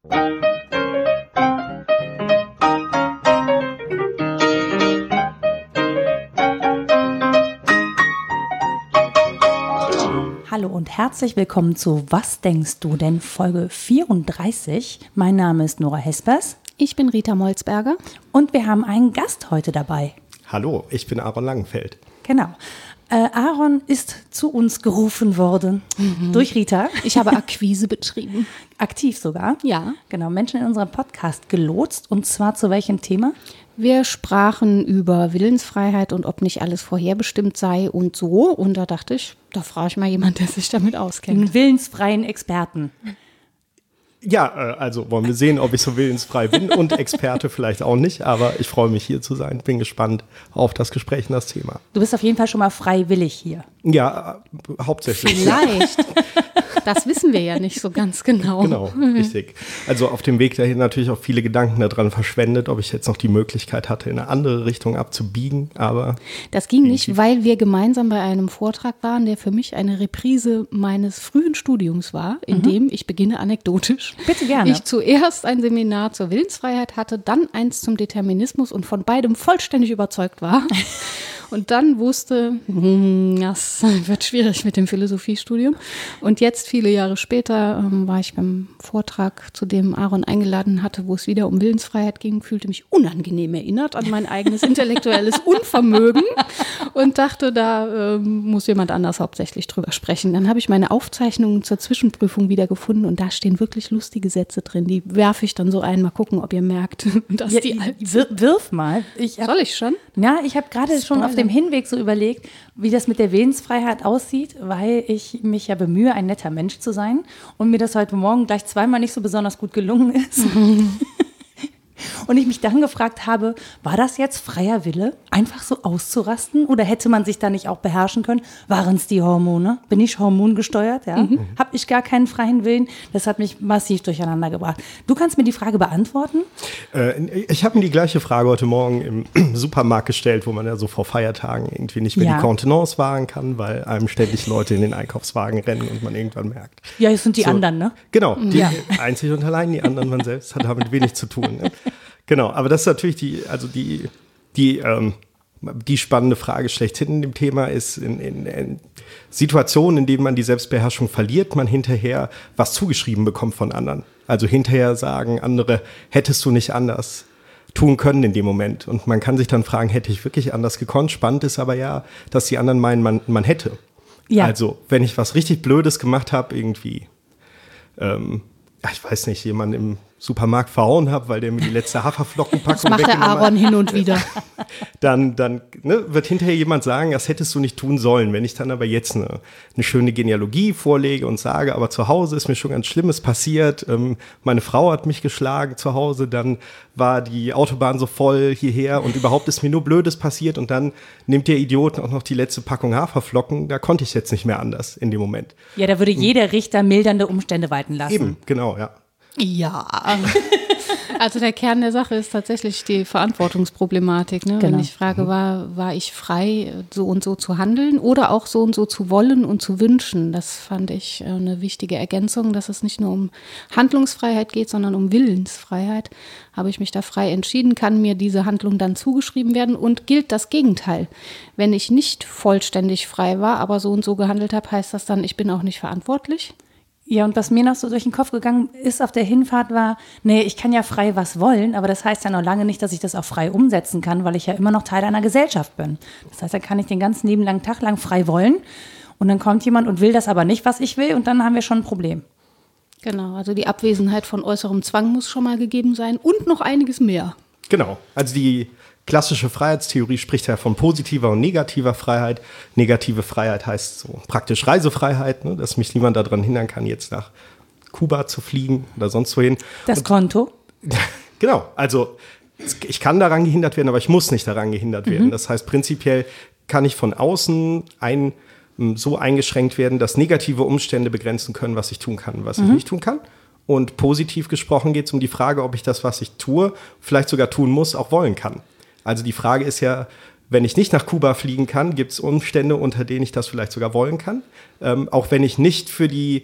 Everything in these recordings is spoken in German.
Hallo und herzlich willkommen zu Was denkst du denn? Folge 34. Mein Name ist Nora Hespers. Ich bin Rita Molzberger. Und wir haben einen Gast heute dabei. Hallo, ich bin Aaron Langenfeld. Genau. Aaron ist zu uns gerufen worden durch Rita. Ich habe Akquise betrieben. Aktiv sogar. Ja. Genau, Menschen in unserem Podcast gelotst. Und zwar zu welchem Thema? Wir sprachen über Willensfreiheit und ob nicht alles vorherbestimmt sei und so. Und da dachte ich, da frage ich mal jemanden, der sich damit auskennt. Einen willensfreien Experten. Ja, also wollen wir sehen, ob ich so willensfrei bin und Experte vielleicht auch nicht. Aber ich freue mich, hier zu sein. Bin gespannt auf das Gespräch und das Thema. Du bist auf jeden Fall schon mal freiwillig hier. Ja, hauptsächlich. Vielleicht. Das wissen wir ja nicht so ganz genau. Genau, richtig. Also auf dem Weg dahin natürlich auch viele Gedanken daran verschwendet, ob ich jetzt noch die Möglichkeit hatte, in eine andere Richtung abzubiegen, aber... Das ging nicht, weil wir gemeinsam bei einem Vortrag waren, der für mich eine Reprise meines frühen Studiums war, in dem, ich beginne anekdotisch, Bitte gerne. Ich zuerst ein Seminar zur Willensfreiheit hatte, dann eins zum Determinismus und von beidem vollständig überzeugt war. Und dann wusste, das wird schwierig mit dem Philosophiestudium. Und jetzt, viele Jahre später, war ich beim Vortrag, zu dem Aaron eingeladen hatte, wo es wieder um Willensfreiheit ging, fühlte mich unangenehm erinnert an mein eigenes intellektuelles Unvermögen und dachte, da muss jemand anders hauptsächlich drüber sprechen. Dann habe ich meine Aufzeichnungen zur Zwischenprüfung wiedergefunden und da stehen wirklich lustige Sätze drin. Die werfe ich dann so ein, mal gucken, ob ihr merkt, dass die alt sind. Wirf mal. Soll ich schon? Ja, ich habe gerade schon auf dem Hinweg so überlegt, wie das mit der Willensfreiheit aussieht, weil ich mich ja bemühe, ein netter Mensch zu sein und mir das heute Morgen gleich zweimal nicht so besonders gut gelungen ist. Und ich mich dann gefragt habe, war das jetzt freier Wille, einfach so auszurasten? Oder hätte man sich da nicht auch beherrschen können? Waren es die Hormone? Bin ich hormongesteuert? Ja? Habe ich gar keinen freien Willen? Das hat mich massiv durcheinander gebracht. Du kannst mir die Frage beantworten? Ich habe mir die gleiche Frage heute Morgen im Supermarkt gestellt, wo man ja so vor Feiertagen irgendwie nicht mehr die Kontenance wagen kann, weil einem ständig Leute in den Einkaufswagen rennen und man irgendwann merkt. Ja, es sind die anderen, ne? Genau, die einzig und allein, die anderen, man selbst hat damit wenig zu tun. Ne? Genau, aber das ist natürlich die spannende Frage schlechthin in dem Thema ist, in Situationen, in denen man die Selbstbeherrschung verliert, man hinterher was zugeschrieben bekommt von anderen. Also hinterher sagen andere, hättest du nicht anders tun können in dem Moment. Und man kann sich dann fragen, hätte ich wirklich anders gekonnt? Spannend ist aber ja, dass die anderen meinen, man hätte. Ja. Also wenn ich was richtig Blödes gemacht habe, irgendwie, ich weiß nicht, jemanden im Supermarkt verhauen habe, weil der mir die letzte Haferflockenpackung weggenommen hat. Das macht der Aaron hin und wieder. Dann wird hinterher jemand sagen, das hättest du nicht tun sollen. Wenn ich dann aber jetzt eine schöne Genealogie vorlege und sage, aber zu Hause ist mir schon ganz Schlimmes passiert, meine Frau hat mich geschlagen zu Hause, dann war die Autobahn so voll hierher und überhaupt ist mir nur Blödes passiert und dann nimmt der Idiot auch noch die letzte Packung Haferflocken, da konnte ich jetzt nicht mehr anders in dem Moment. Ja, da würde jeder Richter mildernde Umstände walten lassen. Eben, genau, ja. Ja, also der Kern der Sache ist tatsächlich die Verantwortungsproblematik. Ne? Genau. Wenn ich frage, war ich frei, so und so zu handeln oder auch so und so zu wollen und zu wünschen? Das fand ich eine wichtige Ergänzung, dass es nicht nur um Handlungsfreiheit geht, sondern um Willensfreiheit. Habe ich mich da frei entschieden, kann mir diese Handlung dann zugeschrieben werden und gilt das Gegenteil. Wenn ich nicht vollständig frei war, aber so und so gehandelt habe, heißt das dann, ich bin auch nicht verantwortlich? Ja, und was mir noch so durch den Kopf gegangen ist auf der Hinfahrt war, nee, ich kann ja frei was wollen, aber das heißt ja noch lange nicht, dass ich das auch frei umsetzen kann, weil ich ja immer noch Teil einer Gesellschaft bin. Das heißt, da kann ich den ganzen lieben langen Tag lang frei wollen und dann kommt jemand und will das aber nicht, was ich will und dann haben wir schon ein Problem. Genau, also die Abwesenheit von äußerem Zwang muss schon mal gegeben sein und noch einiges mehr. Genau, also die klassische Freiheitstheorie spricht ja von positiver und negativer Freiheit. Negative Freiheit heißt so praktisch Reisefreiheit, ne, dass mich niemand daran hindern kann, jetzt nach Kuba zu fliegen oder sonst wohin. Das Konto? Genau, also ich kann daran gehindert werden, aber ich muss nicht daran gehindert werden. Das heißt, prinzipiell kann ich von außen so eingeschränkt werden, dass negative Umstände begrenzen können, was ich tun kann, was ich nicht tun kann. Und positiv gesprochen geht es um die Frage, ob ich das, was ich tue, vielleicht sogar tun muss, auch wollen kann. Also die Frage ist ja, wenn ich nicht nach Kuba fliegen kann, gibt es Umstände, unter denen ich das vielleicht sogar wollen kann. Auch wenn ich nicht für die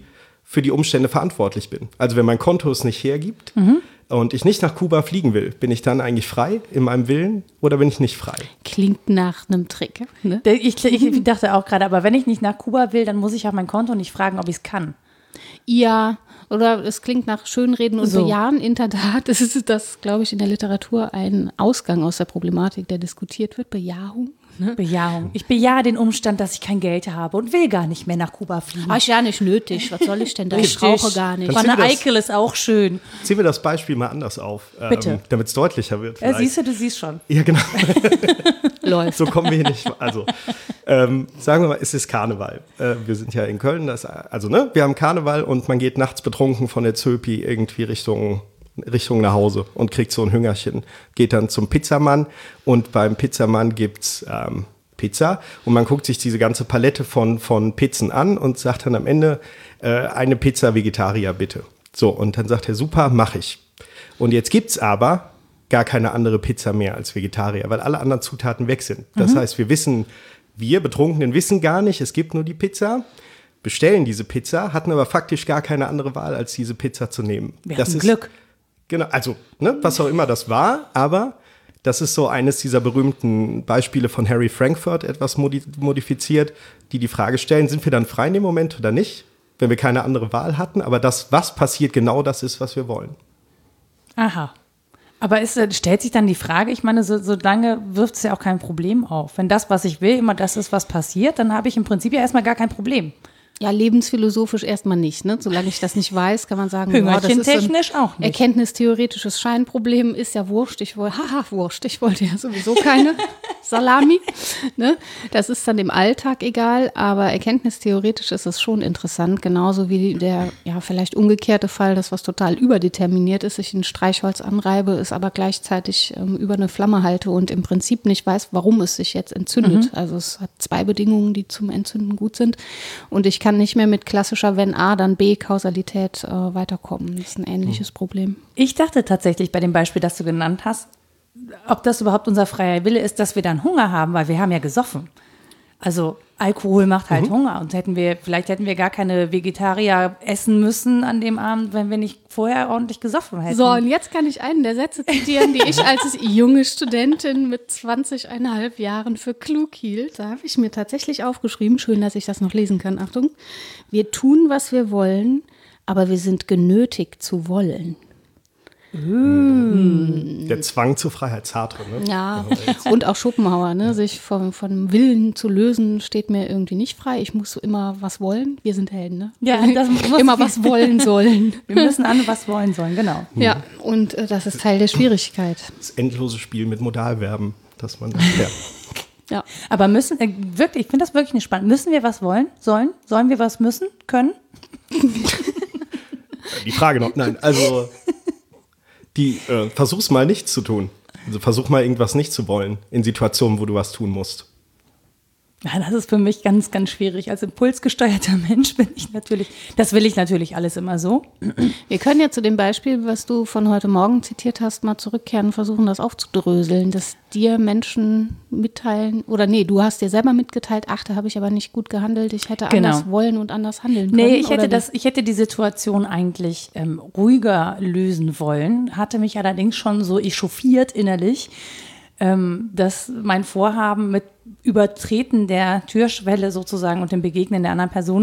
für die Umstände verantwortlich bin. Also wenn mein Konto es nicht hergibt und ich nicht nach Kuba fliegen will, bin ich dann eigentlich frei in meinem Willen oder bin ich nicht frei? Klingt nach einem Trick. Ne? Ich dachte auch gerade, aber wenn ich nicht nach Kuba will, dann muss ich auf mein Konto nicht fragen, ob ich es kann. Ja, oder es klingt nach Schönreden und So. Bejahen. In der Tat ist das, glaube ich, in der Literatur ein Ausgang aus der Problematik, der diskutiert wird. Bejahung. Ne? Bejahung. Ich bejahe den Umstand, dass ich kein Geld habe und will gar nicht mehr nach Kuba fliegen. Ach, ist ja nicht nötig. Was soll ich denn da? Ich Richtig. brauche gar nicht. Dann Von der ziehen wir das- Eickel ist auch schön. Ziehen wir das Beispiel mal anders auf, Bitte. damit es deutlicher wird. vielleicht. Siehst du siehst schon. Ja, genau. Läuft. So kommen wir hier nicht. Also, sagen wir mal, es ist Karneval. Wir sind ja in Köln. Wir haben Karneval und man geht nachts betrunken von der Zöpi irgendwie Richtung nach Hause und kriegt so ein Hüngerchen. Geht dann zum Pizzamann und beim Pizzamann gibt's Pizza und man guckt sich diese ganze Palette von Pizzen an und sagt dann am Ende, eine Pizza Vegetarier bitte. So, und dann sagt er, super, mach ich. Und jetzt gibt's aber gar keine andere Pizza mehr als Vegetarier, weil alle anderen Zutaten weg sind. Das heißt, wir Betrunkenen wissen gar nicht, es gibt nur die Pizza, bestellen diese Pizza, hatten aber faktisch gar keine andere Wahl, als diese Pizza zu nehmen. Wir Das hatten ist Glück. Genau, also, was auch immer das war, aber das ist so eines dieser berühmten Beispiele von Harry Frankfurt, etwas modifiziert, die Frage stellen, sind wir dann frei in dem Moment oder nicht, wenn wir keine andere Wahl hatten, aber das, was passiert, genau das ist, was wir wollen. Aha. Aber stellt sich dann die Frage, ich meine, so lange wirft es ja auch kein Problem auf. Wenn das, was ich will, immer das ist, was passiert, dann habe ich im Prinzip ja erstmal gar kein Problem. Ja, lebensphilosophisch erstmal nicht. Ne? Solange ich das nicht weiß, kann man sagen, das ist so Technisch auch ein nicht. erkenntnistheoretisches Scheinproblem. Ist ja wurscht. Ich wollte ja sowieso keine Salami. Ne? Das ist dann im Alltag egal, aber erkenntnistheoretisch ist es schon interessant. Genauso wie der vielleicht umgekehrte Fall, das was total überdeterminiert ist, ich ein Streichholz anreibe, es aber gleichzeitig über eine Flamme halte und im Prinzip nicht weiß, warum es sich jetzt entzündet. Also es hat 2 Bedingungen, die zum Entzünden gut sind. Und ich kann nicht mehr mit klassischer wenn A, dann B Kausalität weiterkommen. Das ist ein ähnliches Problem. Ich dachte tatsächlich bei dem Beispiel, das du genannt hast, ob das überhaupt unser freier Wille ist, dass wir dann Hunger haben, weil wir haben ja gesoffen. Also Alkohol macht halt Hunger und vielleicht hätten wir gar keine Vegetarier essen müssen an dem Abend, wenn wir nicht vorher ordentlich gesoffen hätten. So, und jetzt kann ich einen der Sätze zitieren, die ich als junge Studentin mit 20,5 Jahren für klug hielt. Da habe ich mir tatsächlich aufgeschrieben, schön, dass ich das noch lesen kann, Achtung. Wir tun, was wir wollen, aber wir sind genötigt zu wollen. Der Zwang zur Freiheit, Sartre, ne? Ja, und auch Schopenhauer, ne? Sich vom Willen zu lösen, steht mir irgendwie nicht frei. Ich muss immer was wollen. Wir sind Helden, ne? Ja, das muss immer was wollen sollen. Wir müssen alle was wollen sollen, genau. Ja, und das ist Teil der Schwierigkeit. Das endlose Spiel mit Modalverben, dass man Ja. Aber wirklich, ich finde das wirklich nicht spannend. Müssen wir was wollen? Sollen? Sollen wir was müssen? Können? Die Frage noch, nein, also versuch's mal nicht zu tun. Also versuch mal irgendwas nicht zu wollen in Situationen, wo du was tun musst. Ja, das ist für mich ganz, ganz schwierig. Als impulsgesteuerter Mensch das will ich natürlich alles immer so. Wir können ja zu dem Beispiel, was du von heute Morgen zitiert hast, mal zurückkehren und versuchen, das aufzudröseln, dass dir Menschen mitteilen, oder nee, du hast dir selber mitgeteilt, da habe ich aber nicht gut gehandelt, ich hätte anders wollen und anders handeln können. Nee, ich hätte die Situation eigentlich ruhiger lösen wollen, hatte mich allerdings schon so echauffiert innerlich, dass mein Vorhaben mit Übertreten der Türschwelle sozusagen und dem Begegnen der anderen Person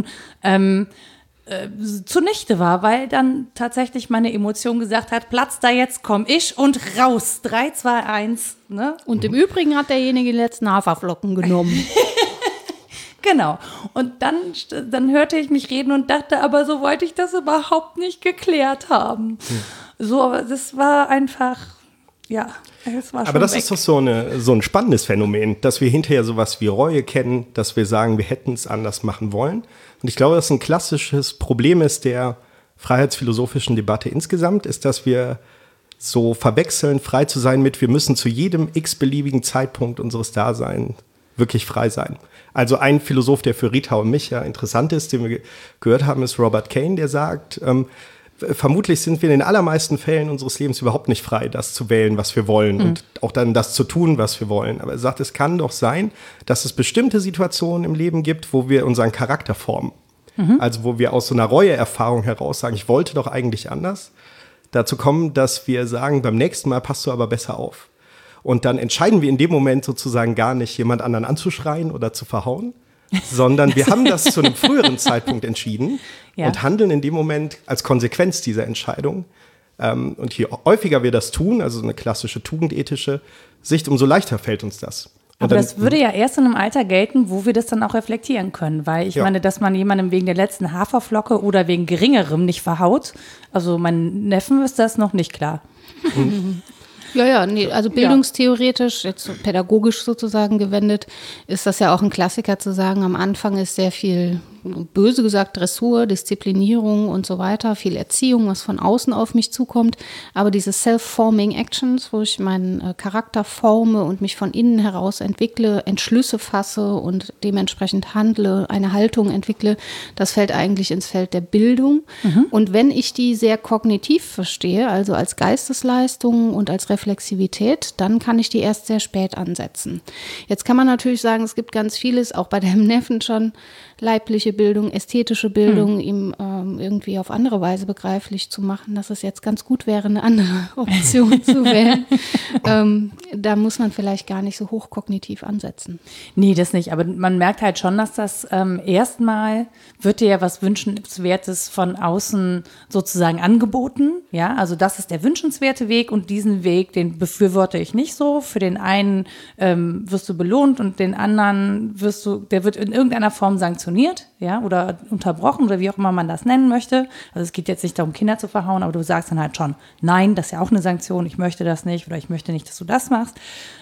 zunichte war, weil dann tatsächlich meine Emotion gesagt hat, Platz da jetzt, komm ich und raus. 3, 2, 1. Ne? Und im Übrigen hat derjenige die letzten Haferflocken genommen. Genau. Und dann hörte ich mich reden und dachte, aber so wollte ich das überhaupt nicht geklärt haben. So, aber das war einfach, ja, es war schon Aber das weg. ist doch so ein spannendes Phänomen, dass wir hinterher sowas wie Reue kennen, dass wir sagen, wir hätten es anders machen wollen. Und ich glaube, dass ein klassisches Problem ist der freiheitsphilosophischen Debatte insgesamt, ist, dass wir so verwechseln, frei zu sein mit, wir müssen zu jedem x-beliebigen Zeitpunkt unseres Daseins wirklich frei sein. Also ein Philosoph, der für Rita und mich ja interessant ist, den wir gehört haben, ist Robert Kane, der sagt, vermutlich sind wir in den allermeisten Fällen unseres Lebens überhaupt nicht frei, das zu wählen, was wir wollen und auch dann das zu tun, was wir wollen. Aber er sagt, es kann doch sein, dass es bestimmte Situationen im Leben gibt, wo wir unseren Charakter formen. Also wo wir aus so einer Reue-Erfahrung heraus sagen, ich wollte doch eigentlich anders, dazu kommen, dass wir sagen, beim nächsten Mal passt du aber besser auf. Und dann entscheiden wir in dem Moment sozusagen gar nicht, jemand anderen anzuschreien oder zu verhauen, sondern wir haben das zu einem früheren Zeitpunkt entschieden und handeln in dem Moment als Konsequenz dieser Entscheidung. Und je häufiger wir das tun, also eine klassische tugendethische Sicht, umso leichter fällt uns das. Aber das würde ja erst in einem Alter gelten, wo wir das dann auch reflektieren können. Weil ich meine, dass man jemandem wegen der letzten Haferflocke oder wegen Geringerem nicht verhaut, also meinen Neffen ist das noch nicht klar. Nee, also bildungstheoretisch, jetzt so pädagogisch sozusagen gewendet, ist das ja auch ein Klassiker zu sagen, am Anfang ist sehr viel, böse gesagt, Dressur, Disziplinierung und so weiter, viel Erziehung, was von außen auf mich zukommt, aber diese Self-Forming Actions, wo ich meinen Charakter forme und mich von innen heraus entwickle, Entschlüsse fasse und dementsprechend handle, eine Haltung entwickle, das fällt eigentlich ins Feld der Bildung. Und wenn ich die sehr kognitiv verstehe, also als Geistesleistung und als Reflexivität, dann kann ich die erst sehr spät ansetzen. Jetzt kann man natürlich sagen, es gibt ganz vieles, auch bei deinem Neffen schon, leibliche Bildung, ästhetische Bildung, ihm irgendwie auf andere Weise begreiflich zu machen, dass es jetzt ganz gut wäre, eine andere Option zu wählen. Da muss man vielleicht gar nicht so hochkognitiv ansetzen. Nee, das nicht. Aber man merkt halt schon, dass das erstmal wird dir ja was Wünschenswertes von außen sozusagen angeboten. Ja, also das ist der wünschenswerte Weg und diesen Weg, den befürworte ich nicht so. Für den einen wirst du belohnt und den anderen der wird in irgendeiner Form sanktioniert, ja, oder unterbrochen oder wie auch immer man das nennen möchte. Also es geht jetzt nicht darum, Kinder zu verhauen, aber du sagst dann halt schon, nein, das ist ja auch eine Sanktion, ich möchte das nicht oder ich möchte nicht, dass du das machst.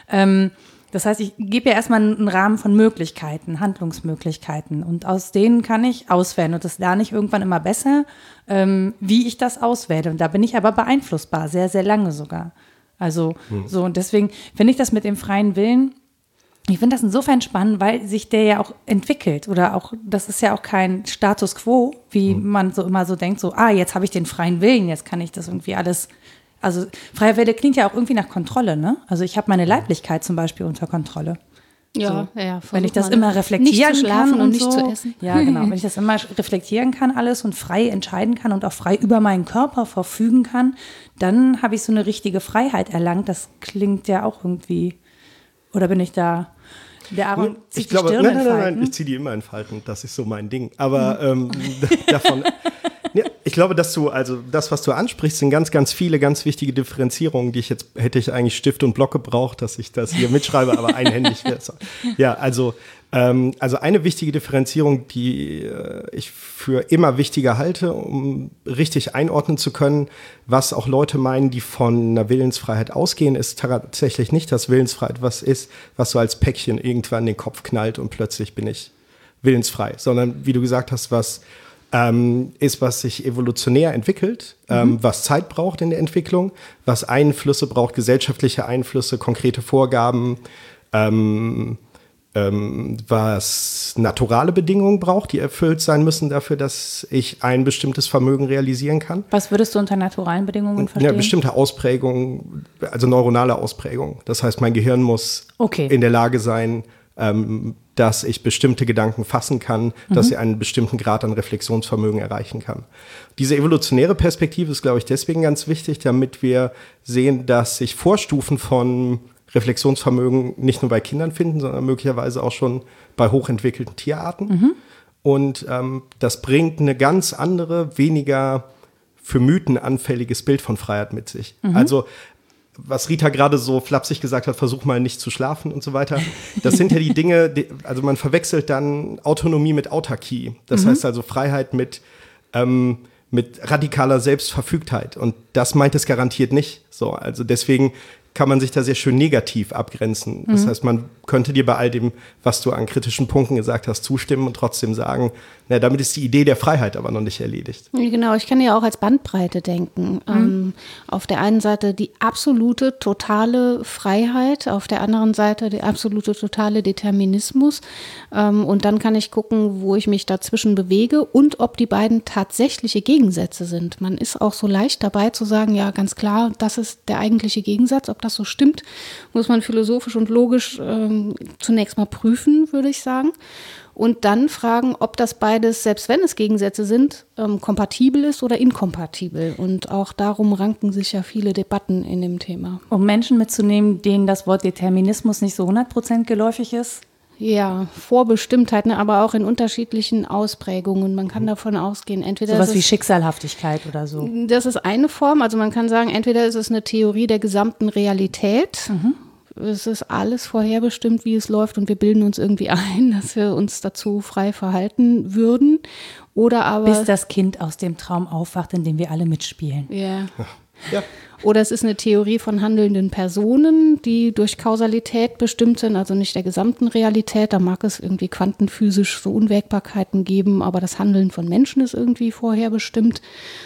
Das heißt, ich gebe ja erstmal einen Rahmen von Möglichkeiten, Handlungsmöglichkeiten und aus denen kann ich auswählen und das lerne ich irgendwann immer besser, wie ich das auswähle. Und da bin ich aber beeinflussbar, sehr, sehr lange sogar. Also so und deswegen finde ich das mit dem freien Willen, ich finde das insofern spannend, weil sich der ja auch entwickelt oder auch, das ist ja auch kein Status quo, wie man so immer so denkt, so, jetzt habe ich den freien Willen, jetzt kann ich das irgendwie alles, also freie Wille klingt ja auch irgendwie nach Kontrolle, ne? Also ich habe meine Leiblichkeit zum Beispiel unter Kontrolle. Ja, so, wenn ich das immer reflektieren nicht zu schlafen kann und nicht so. zu essen. Ja, genau. Wenn ich das immer reflektieren kann alles und frei entscheiden kann und auch frei über meinen Körper verfügen kann, dann habe ich so eine richtige Freiheit erlangt. Das klingt ja auch irgendwie, oder bin ich da... Der Aaron zieht die Stirn in Falten. Nein, ich ziehe die immer in Falten. Das ist so mein Ding. Aber davon, ja, ich glaube, dass du, also das, was du ansprichst, sind ganz, ganz viele ganz wichtige Differenzierungen, die hätte ich eigentlich Stift und Block gebraucht, dass ich das hier mitschreibe, aber einhändig wäre es. Ja, also eine wichtige Differenzierung, die ich für immer wichtiger halte, um richtig einordnen zu können, was auch Leute meinen, die von einer Willensfreiheit ausgehen, ist tatsächlich nicht, dass Willensfreiheit was ist, was so als Päckchen irgendwann in den Kopf knallt und plötzlich bin ich willensfrei, sondern wie du gesagt hast, was ist, was sich evolutionär entwickelt, was Zeit braucht in der Entwicklung, was Einflüsse braucht, gesellschaftliche Einflüsse, konkrete Vorgaben, was naturale Bedingungen braucht, die erfüllt sein müssen dafür, dass ich ein bestimmtes Vermögen realisieren kann. Was würdest du unter naturalen Bedingungen verstehen? Ja, bestimmte Ausprägungen, also neuronale Ausprägungen. Das heißt, mein Gehirn muss in der Lage sein, dass ich bestimmte Gedanken fassen kann, dass ich einen bestimmten Grad an Reflexionsvermögen erreichen kann. Diese evolutionäre Perspektive ist, glaube ich, deswegen ganz wichtig, damit wir sehen, dass sich Vorstufen von Reflexionsvermögen nicht nur bei Kindern finden, sondern möglicherweise auch schon bei hochentwickelten Tierarten. Und das bringt eine ganz andere, weniger für Mythen anfälliges Bild von Freiheit mit sich. Also was Rita gerade so flapsig gesagt hat, versuch mal nicht zu schlafen und so weiter. Das sind ja die Dinge, also man verwechselt dann Autonomie mit Autarkie. Das heißt also Freiheit mit radikaler Selbstverfügtheit. Und das meint es garantiert nicht. So, also deswegen kann man sich da sehr schön negativ abgrenzen. Das heißt, man könnte dir bei all dem, was du an kritischen Punkten gesagt hast, zustimmen und trotzdem sagen, na, damit ist die Idee der Freiheit aber noch nicht erledigt. Genau, ich kann ja auch als Bandbreite denken. Auf der einen Seite die absolute, totale Freiheit, auf der anderen Seite der absolute, totale Determinismus. Und dann kann ich gucken, wo ich mich dazwischen bewege und ob die beiden tatsächliche Gegensätze sind. Man ist auch so leicht dabei zu sagen, ja, ganz klar, das ist der eigentliche Gegensatz. Ob das so stimmt, muss man philosophisch und logisch zunächst mal prüfen, würde ich sagen. Und dann fragen, ob das beides, selbst wenn es Gegensätze sind, kompatibel ist oder inkompatibel. Und auch darum ranken sich ja viele Debatten in dem Thema. Um Menschen mitzunehmen, denen das Wort Determinismus nicht so 100% geläufig ist? Ja, Vorbestimmtheit, ne, aber auch in unterschiedlichen Ausprägungen. Man kann davon ausgehen, entweder sowas wie Schicksalhaftigkeit oder so. Das ist eine Form, also man kann sagen, entweder ist es eine Theorie der gesamten Realität. Es ist alles vorherbestimmt, wie es läuft und wir bilden uns irgendwie ein, dass wir uns dazu frei verhalten würden. Oder aber bis das Kind aus dem Traum aufwacht, in dem wir alle mitspielen. Ja. Ja. Oder es ist eine Theorie von handelnden Personen, die durch Kausalität bestimmt sind, also nicht der gesamten Realität. Da mag es irgendwie quantenphysisch so Unwägbarkeiten geben, aber das Handeln von Menschen ist irgendwie vorherbestimmt.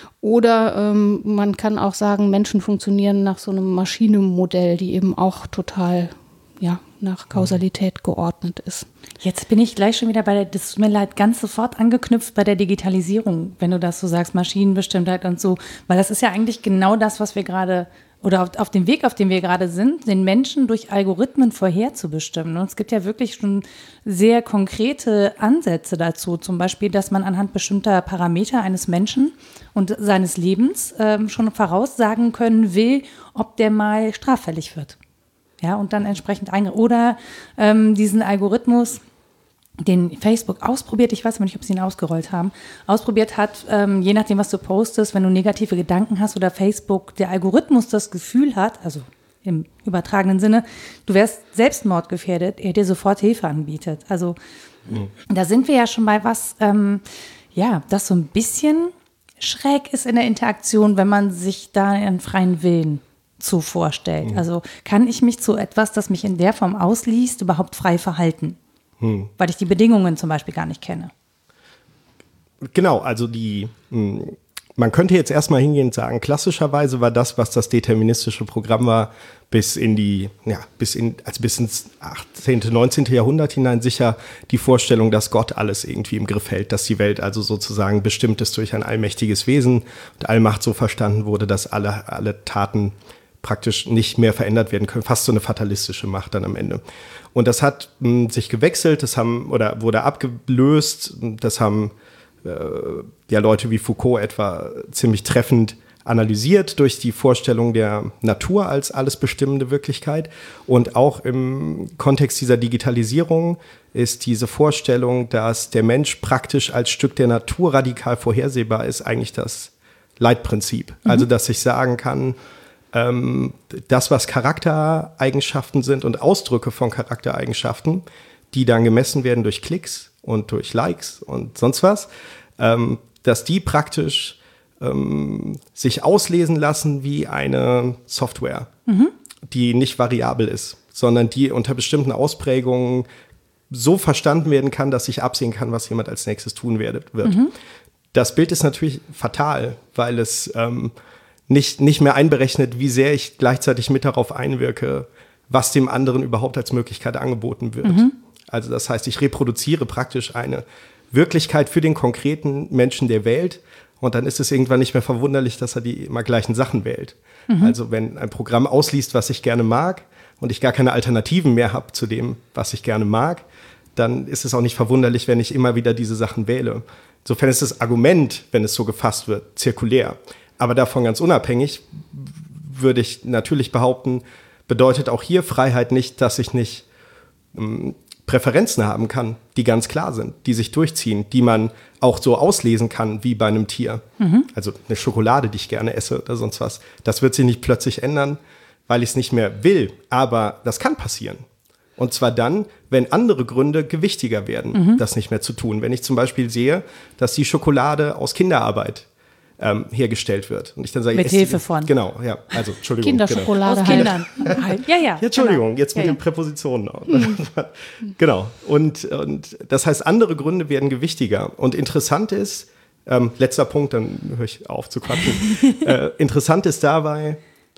Oder man kann auch sagen, Menschen funktionieren nach so einem Maschinenmodell, die eben auch total nach Kausalität geordnet ist. Jetzt bin ich gleich schon wieder das tut mir leid, ganz sofort angeknüpft bei der Digitalisierung, wenn du das so sagst, Maschinenbestimmtheit und so. Weil das ist ja eigentlich genau das, was wir gerade, oder auf dem Weg, auf dem wir gerade sind, den Menschen durch Algorithmen vorherzubestimmen. Und es gibt ja wirklich schon sehr konkrete Ansätze dazu. Zum Beispiel, dass man anhand bestimmter Parameter eines Menschen und seines Lebens schon voraussagen können will, ob der mal straffällig wird. Ja, und dann entsprechend oder diesen Algorithmus, den Facebook ausprobiert, ich weiß aber nicht, ob sie ihn ausgerollt haben, ausprobiert hat, je nachdem, was du postest, wenn du negative Gedanken hast oder Facebook, der Algorithmus das Gefühl hat, also im übertragenen Sinne, du wärst selbstmordgefährdet, er dir sofort Hilfe anbietet. Also da sind wir ja schon bei was, das so ein bisschen schräg ist in der Interaktion, wenn man sich da einen freien Willen zu vorstellt. Also kann ich mich zu etwas, das mich in der Form ausliest, überhaupt frei verhalten? Weil ich die Bedingungen zum Beispiel gar nicht kenne. Genau, also man könnte jetzt erstmal hingehen und sagen, klassischerweise war das, was das deterministische Programm war, bis ins 18., 19. Jahrhundert hinein sicher die Vorstellung, dass Gott alles irgendwie im Griff hält, dass die Welt also sozusagen bestimmt ist durch ein allmächtiges Wesen und Allmacht so verstanden wurde, dass alle Taten praktisch nicht mehr verändert werden können, fast so eine fatalistische Macht dann am Ende. Und das hat sich gewechselt, wurde abgelöst, das haben Leute wie Foucault etwa ziemlich treffend analysiert durch die Vorstellung der Natur als alles bestimmende Wirklichkeit. Und auch im Kontext dieser Digitalisierung ist diese Vorstellung, dass der Mensch praktisch als Stück der Natur radikal vorhersehbar ist, eigentlich das Leitprinzip. Also, dass ich sagen kann, das, was Charaktereigenschaften sind und Ausdrücke von Charaktereigenschaften, die dann gemessen werden durch Klicks und durch Likes und sonst was, dass die praktisch sich auslesen lassen wie eine Software, die nicht variabel ist, sondern die unter bestimmten Ausprägungen so verstanden werden kann, dass ich absehen kann, was jemand als nächstes tun wird. Das Bild ist natürlich fatal, weil es nicht mehr einberechnet, wie sehr ich gleichzeitig mit darauf einwirke, was dem anderen überhaupt als Möglichkeit angeboten wird. Also das heißt, ich reproduziere praktisch eine Wirklichkeit für den konkreten Menschen der Welt und dann ist es irgendwann nicht mehr verwunderlich, dass er die immer gleichen Sachen wählt. Also wenn ein Programm ausliest, was ich gerne mag und ich gar keine Alternativen mehr habe zu dem, was ich gerne mag, dann ist es auch nicht verwunderlich, wenn ich immer wieder diese Sachen wähle. Insofern ist das Argument, wenn es so gefasst wird, zirkulär. Aber davon ganz unabhängig würde ich natürlich behaupten, bedeutet auch hier Freiheit nicht, dass ich nicht Präferenzen haben kann, die ganz klar sind, die sich durchziehen, die man auch so auslesen kann wie bei einem Tier. Also eine Schokolade, die ich gerne esse oder sonst was. Das wird sich nicht plötzlich ändern, weil ich es nicht mehr will. Aber das kann passieren. Und zwar dann, wenn andere Gründe gewichtiger werden, das nicht mehr zu tun. Wenn ich zum Beispiel sehe, dass die Schokolade aus Kinderarbeit hergestellt wird. Und ich dann sage, mit Hilfe von. Genau, ja. Also, Entschuldigung. Kinderschokolade. Aus Kindern. Ja, Entschuldigung, genau. jetzt mit den Präpositionen. Genau. Und das heißt, andere Gründe werden gewichtiger. Und interessant ist, letzter Punkt, dann höre ich auf zu quatschen. Interessant ist dabei,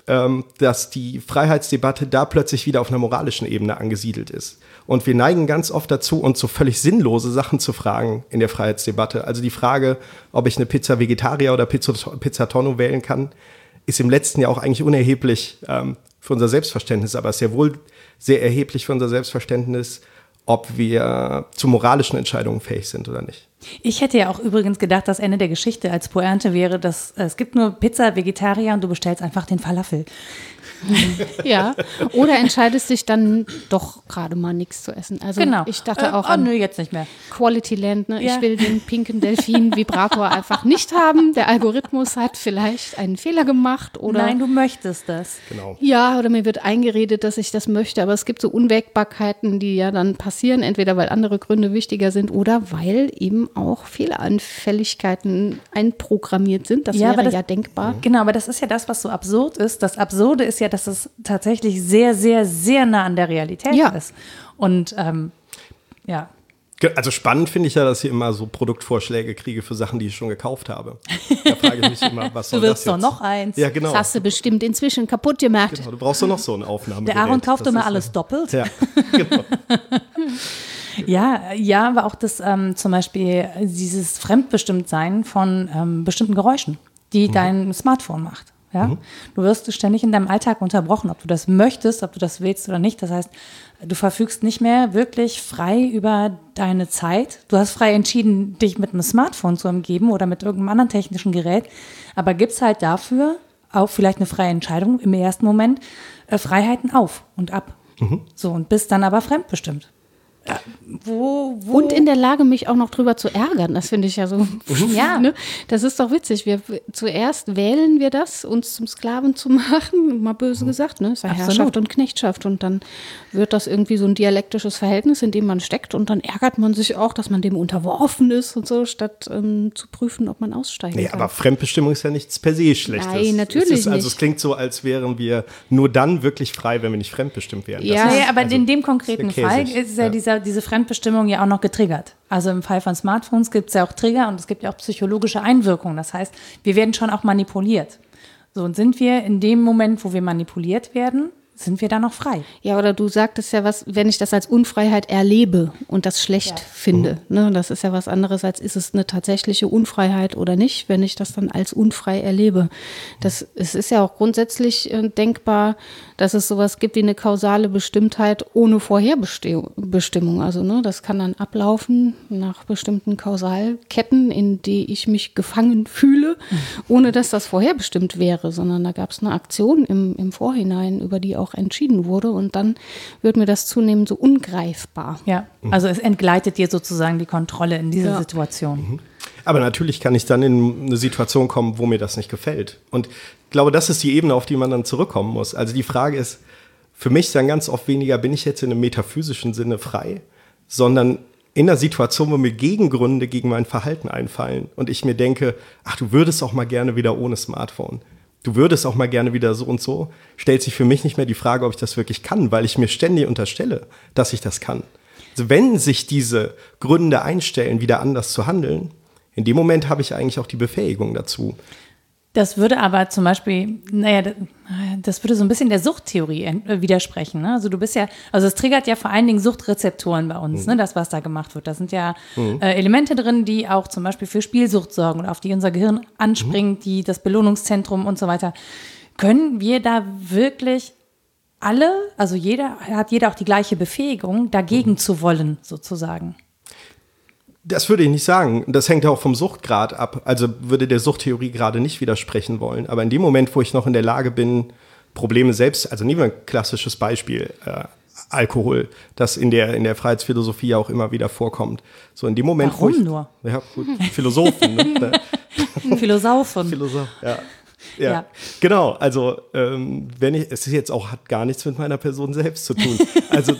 dass die Freiheitsdebatte da plötzlich wieder auf einer moralischen Ebene angesiedelt ist. Und wir neigen ganz oft dazu, uns so völlig sinnlose Sachen zu fragen in der Freiheitsdebatte. Also die Frage, ob ich eine Pizza Vegetarier oder Pizza Tonno wählen kann, ist im letzten Jahr auch eigentlich unerheblich für unser Selbstverständnis, aber ist ja wohl sehr erheblich für unser Selbstverständnis, ob wir zu moralischen Entscheidungen fähig sind oder nicht. Ich hätte ja auch übrigens gedacht, das Ende der Geschichte als Pointe wäre, dass es gibt nur Pizza, Vegetarier und du bestellst einfach den Falafel. Ja, oder entscheidest dich dann doch gerade mal nichts zu essen. Also Genau. ich dachte auch an nö, jetzt nicht mehr. Quality Land. Ne? Ja. Ich will den pinken Delfin-Vibrator einfach nicht haben. Der Algorithmus hat vielleicht einen Fehler gemacht. Oder Nein, du möchtest das. Genau. ja, oder mir wird eingeredet, dass ich das möchte. Aber es gibt so Unwägbarkeiten, die ja dann passieren. Entweder weil andere Gründe wichtiger sind oder weil eben auch Fehleranfälligkeiten einprogrammiert sind. Das wäre ja denkbar. Genau, aber das ist ja das, was so absurd ist. Das Absurde ist ja, dass es tatsächlich sehr, sehr, sehr nah an der Realität ist. Und ja. Also spannend finde ich ja, dass ich immer so Produktvorschläge kriege für Sachen, die ich schon gekauft habe. Da frage ich mich immer, was soll das jetzt? Du willst doch noch eins. Ja, genau. Das hast du bestimmt inzwischen kaputt gemacht. Genau, du brauchst doch noch so eine Aufnahme. Der Aaron kauft immer alles doppelt. Ja, genau. Ja, aber auch das zum Beispiel dieses Fremdbestimmtsein von bestimmten Geräuschen, die dein Smartphone macht. Ja? Du wirst ständig in deinem Alltag unterbrochen, ob du das möchtest, ob du das willst oder nicht. Das heißt, du verfügst nicht mehr wirklich frei über deine Zeit. Du hast frei entschieden, dich mit einem Smartphone zu umgeben oder mit irgendeinem anderen technischen Gerät, aber gibst halt dafür auch vielleicht eine freie Entscheidung im ersten Moment, Freiheiten auf und ab. So, und bist dann aber fremdbestimmt. Wo? Und in der Lage, mich auch noch drüber zu ärgern. Das finde ich ja so. Ja. Ne? Das ist doch witzig. Zuerst wählen wir das, uns zum Sklaven zu machen, mal böse gesagt, ne? Ist ja Herrschaft und Knechtschaft. Und dann wird das irgendwie so ein dialektisches Verhältnis, in dem man steckt. Und dann ärgert man sich auch, dass man dem unterworfen ist und so, statt zu prüfen, ob man aussteigen kann. Aber Fremdbestimmung ist ja nichts per se Schlechtes. Nein, natürlich nicht. Also es nicht. klingt so, als wären wir nur dann wirklich frei, wenn wir nicht fremdbestimmt wären. Ja. Das ist, Ja, aber also, in dem konkreten ist ja Fall käsig. ist ja diese Fremdbestimmung ja auch noch getriggert. Also im Fall von Smartphones gibt es ja auch Trigger und es gibt ja auch psychologische Einwirkungen. Das heißt, wir werden schon auch manipuliert. So, und sind wir in dem Moment, wo wir manipuliert werden, sind wir da noch frei? Ja, oder du sagtest ja was, wenn ich das als Unfreiheit erlebe und das schlecht finde. Ne? Das ist ja was anderes, als ist es eine tatsächliche Unfreiheit oder nicht, wenn ich das dann als unfrei erlebe. Es ist ja auch grundsätzlich denkbar, dass es sowas gibt wie eine kausale Bestimmtheit ohne Vorherbestimmung. Also ne, das kann dann ablaufen nach bestimmten Kausalketten, in die ich mich gefangen fühle, ohne dass das vorherbestimmt wäre, sondern da gab es eine Aktion im Vorhinein, über die auch entschieden wurde und dann wird mir das zunehmend so ungreifbar. Ja, also es entgleitet dir sozusagen die Kontrolle in dieser Situation. Aber natürlich kann ich dann in eine Situation kommen, wo mir das nicht gefällt. Und ich glaube, das ist die Ebene, auf die man dann zurückkommen muss. Also die Frage ist für mich dann ganz oft weniger, bin ich jetzt in einem metaphysischen Sinne frei, sondern in einer Situation, wo mir Gegengründe gegen mein Verhalten einfallen und ich mir denke, ach, du würdest auch mal gerne wieder ohne Smartphone. Du würdest auch mal gerne wieder so und so, stellt sich für mich nicht mehr die Frage, ob ich das wirklich kann, weil ich mir ständig unterstelle, dass ich das kann. Also wenn sich diese Gründe einstellen, wieder anders zu handeln, in dem Moment habe ich eigentlich auch die Befähigung dazu. Das würde aber zum Beispiel, das würde so ein bisschen der Suchttheorie widersprechen. Ne? Also du bist ja, also es triggert ja vor allen Dingen Suchtrezeptoren bei uns, ne? Das, was da gemacht wird. Da sind ja Elemente drin, die auch zum Beispiel für Spielsucht sorgen und auf die unser Gehirn anspringt, die das Belohnungszentrum und so weiter. Können wir da wirklich alle, also hat jeder auch die gleiche Befähigung, dagegen zu wollen, sozusagen? Das würde ich nicht sagen. Das hängt ja auch vom Suchtgrad ab. Also würde der Suchttheorie gerade nicht widersprechen wollen. Aber in dem Moment, wo ich noch in der Lage bin, Probleme selbst, also nehmen wir ein klassisches Beispiel, Alkohol, das in der Freiheitsphilosophie ja auch immer wieder vorkommt. So in dem Moment, Warum nur? Ja, gut, Philosophen. Ne? Philosophen. Philosoph, ja. Genau, also es ist jetzt auch, hat gar nichts mit meiner Person selbst zu tun. Also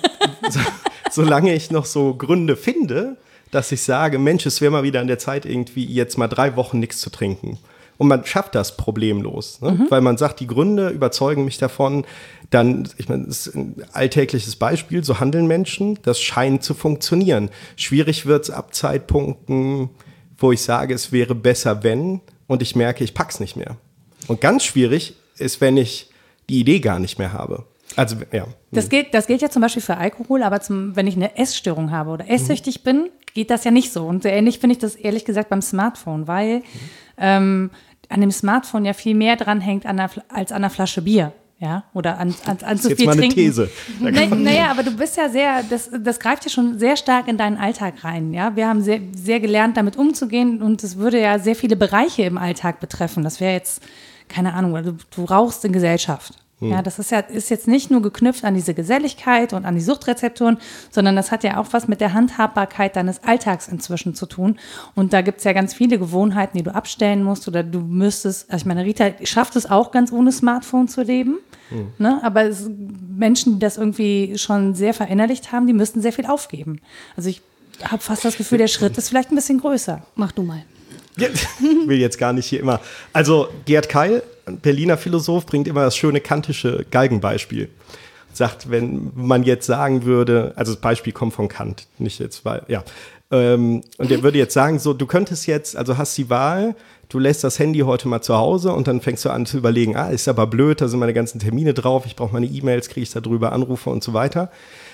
solange ich noch so Gründe finde, dass ich sage, Mensch, es wäre mal wieder an der Zeit, irgendwie jetzt mal 3 Wochen nichts zu trinken. Und man schafft das problemlos, ne? Weil man sagt, die Gründe überzeugen mich davon. Dann, ich meine, das ist ein alltägliches Beispiel, so handeln Menschen, das scheint zu funktionieren. Schwierig wird es ab Zeitpunkten, wo ich sage, es wäre besser, wenn, und ich merke, ich pack's nicht mehr. Und ganz schwierig ist, wenn ich die Idee gar nicht mehr habe. Also, ja. Das gilt ja zum Beispiel für Alkohol, aber wenn ich eine Essstörung habe oder esssüchtig bin, geht das ja nicht so. Und ähnlich finde ich das ehrlich gesagt beim Smartphone, weil an dem Smartphone ja viel mehr dran hängt als an einer Flasche Bier. Ja, oder an zu Das ist jetzt viel mal eine trinken. These. Naja, aber du bist ja das greift ja schon sehr stark in deinen Alltag rein. Ja, wir haben sehr, sehr gelernt, damit umzugehen und es würde ja sehr viele Bereiche im Alltag betreffen. Das wäre jetzt, keine Ahnung, du rauchst in Gesellschaft. Ja, das ist jetzt nicht nur geknüpft an diese Geselligkeit und an die Suchtrezeptoren, sondern das hat ja auch was mit der Handhabbarkeit deines Alltags inzwischen zu tun. Und da gibt es ja ganz viele Gewohnheiten, die du abstellen musst oder du müsstest, also ich meine, Rita schafft es auch ganz ohne Smartphone zu leben, ne? Aber Menschen, die das irgendwie schon sehr verinnerlicht haben, die müssten sehr viel aufgeben. Also ich habe fast das Gefühl, der Schritt ist vielleicht ein bisschen größer. Mach du mal. Ja, will jetzt gar nicht hier immer. Also Gerd Keil, ein Berliner Philosoph, bringt immer das schöne kantische Galgenbeispiel. Sagt, wenn man jetzt sagen würde, also das Beispiel kommt von Kant, nicht jetzt, weil, ja. Und der würde jetzt sagen, so, du könntest jetzt, also hast die Wahl, du lässt das Handy heute mal zu Hause und dann fängst du an zu überlegen, ist aber blöd, da sind meine ganzen Termine drauf, ich brauche meine E-Mails, kriege ich da drüber Anrufe und so weiter.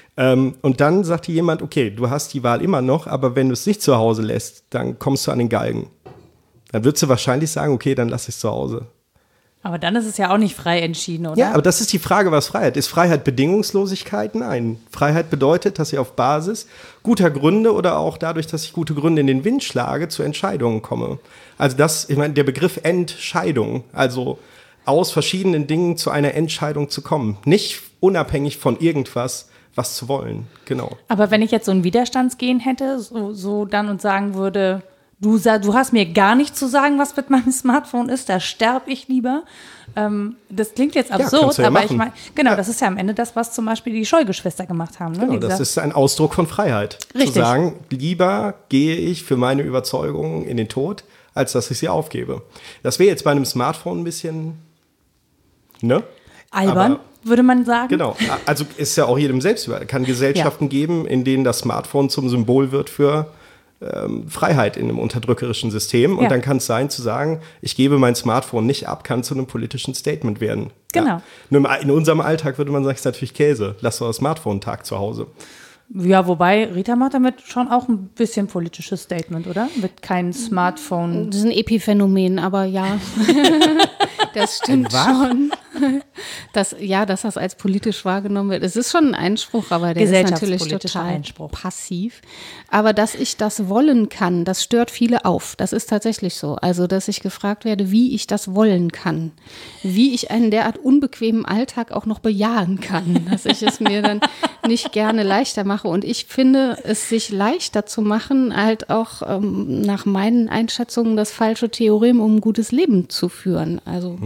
Und dann sagt dir jemand, okay, du hast die Wahl immer noch, aber wenn du es nicht zu Hause lässt, dann kommst du an den Galgen. Dann würdest du wahrscheinlich sagen, okay, dann lass ich es zu Hause. Aber dann ist es ja auch nicht frei entschieden, oder? Ja, aber das ist die Frage, was Freiheit ist. Freiheit Bedingungslosigkeit? Nein. Freiheit bedeutet, dass ich auf Basis guter Gründe oder auch dadurch, dass ich gute Gründe in den Wind schlage, zu Entscheidungen komme. Also ich meine, der Begriff Entscheidung, also aus verschiedenen Dingen zu einer Entscheidung zu kommen. Nicht unabhängig von irgendwas, was zu wollen. Genau. Aber wenn ich jetzt so ein Widerstandsgehen hätte, so dann und sagen würde, du hast mir gar nicht zu sagen, was mit meinem Smartphone ist, da sterbe ich lieber. Das klingt jetzt absurd, aber ich meine, genau, das ist ja am Ende das, was zum Beispiel die Scholl-Geschwister gemacht haben. Ne? Genau, das ist ein Ausdruck von Freiheit. Richtig. Zu sagen, lieber gehe ich für meine Überzeugungen in den Tod, als dass ich sie aufgebe. Das wäre jetzt bei einem Smartphone ein bisschen, ne? Albern, aber, würde man sagen. Genau, also ist ja auch jedem selbst über. Es kann Gesellschaften geben, in denen das Smartphone zum Symbol wird für Freiheit in einem unterdrückerischen System. Und Ja. dann kann es sein, zu sagen, ich gebe mein Smartphone nicht ab, kann zu einem politischen Statement werden. Genau. Ja. Nur in unserem Alltag würde man sagen, es ist natürlich Käse. Lass doch das Smartphone einen Tag zu Hause. Ja, wobei Rita macht damit schon auch ein bisschen politisches Statement, oder? Mit kein Smartphone. Das ist ein Epiphänomen, aber ja, das stimmt schon. Dass das als politisch wahrgenommen wird. Es ist schon ein Einspruch, aber der ist natürlich Gesellschaftspolitischer total Einspruch. passiv. Aber dass ich das wollen kann, das stört viele auf. Das ist tatsächlich so. Also, dass ich gefragt werde, wie ich das wollen kann. Wie ich einen derart unbequemen Alltag auch noch bejahen kann. Dass ich es mir dann nicht gerne leichter mache. Und ich finde, es sich leichter zu machen, halt auch nach meinen Einschätzungen das falsche Theorem, um ein gutes Leben zu führen. Also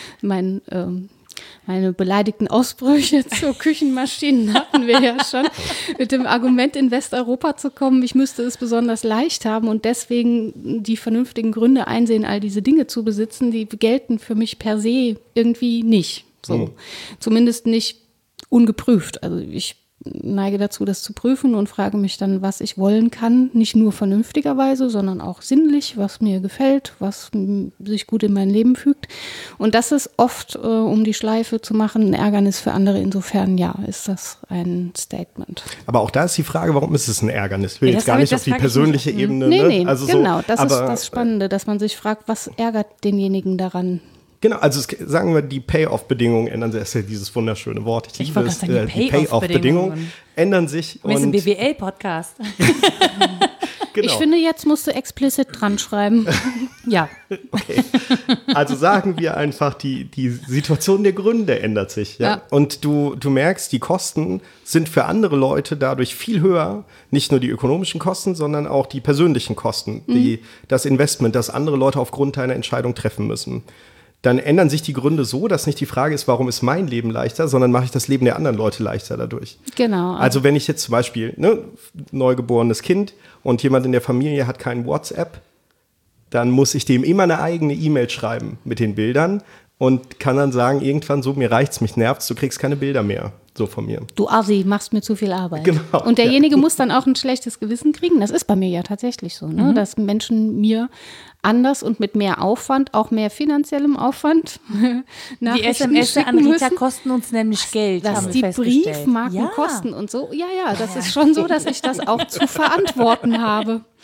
meine beleidigten Ausbrüche zu Küchenmaschinen hatten wir ja schon. Mit dem Argument, in Westeuropa zu kommen, ich müsste es besonders leicht haben und deswegen die vernünftigen Gründe einsehen, all diese Dinge zu besitzen, die gelten für mich per se irgendwie nicht. So. Zumindest nicht ungeprüft. Also ich neige dazu, das zu prüfen und frage mich dann, was ich wollen kann, nicht nur vernünftigerweise, sondern auch sinnlich, was mir gefällt, was sich gut in mein Leben fügt. Und das ist oft, um die Schleife zu machen, ein Ärgernis für andere. Insofern, ja, ist das ein Statement. Aber auch da ist die Frage, warum ist es ein Ärgernis? Ich will jetzt gar nicht auf die persönliche Ebene. Nee, also genau, so, das ist das Spannende, dass man sich fragt, was ärgert denjenigen daran? Genau, also sagen wir, die Payoff-Bedingungen ändern sich. Das ist ja dieses wunderschöne Wort. Ich liebe es. Die Payoff-Bedingungen ändern sich. Wir sind ein BWL-Podcast. Genau. Ich finde, jetzt musst du explicit dran schreiben. Ja. Okay. Also sagen wir einfach, die Situation der Gründe ändert sich. Ja? Ja. Und du merkst, die Kosten sind für andere Leute dadurch viel höher. Nicht nur die ökonomischen Kosten, sondern auch die persönlichen Kosten. Das Investment, das andere Leute aufgrund deiner Entscheidung treffen müssen. Dann ändern sich die Gründe so, dass nicht die Frage ist, warum ist mein Leben leichter, sondern mache ich das Leben der anderen Leute leichter dadurch. Genau. Also wenn ich jetzt zum Beispiel neugeborenes Kind und jemand in der Familie hat kein WhatsApp, dann muss ich dem immer eine eigene E-Mail schreiben mit den Bildern und kann dann sagen, irgendwann so, mir reicht's, mich nervt's, du kriegst keine Bilder mehr, so von mir. Du Assi, machst mir zu viel Arbeit. Genau, und derjenige muss dann auch ein schlechtes Gewissen kriegen. Das ist bei mir ja tatsächlich so, ne? Dass Menschen mir anders und mit mehr Aufwand, auch mehr finanziellem Aufwand, Die SMS an Rita kosten uns nämlich Geld, dass haben wir die festgestellt. Briefmarken kosten und so. Ja, das ist schon so, dass ich das auch zu verantworten habe.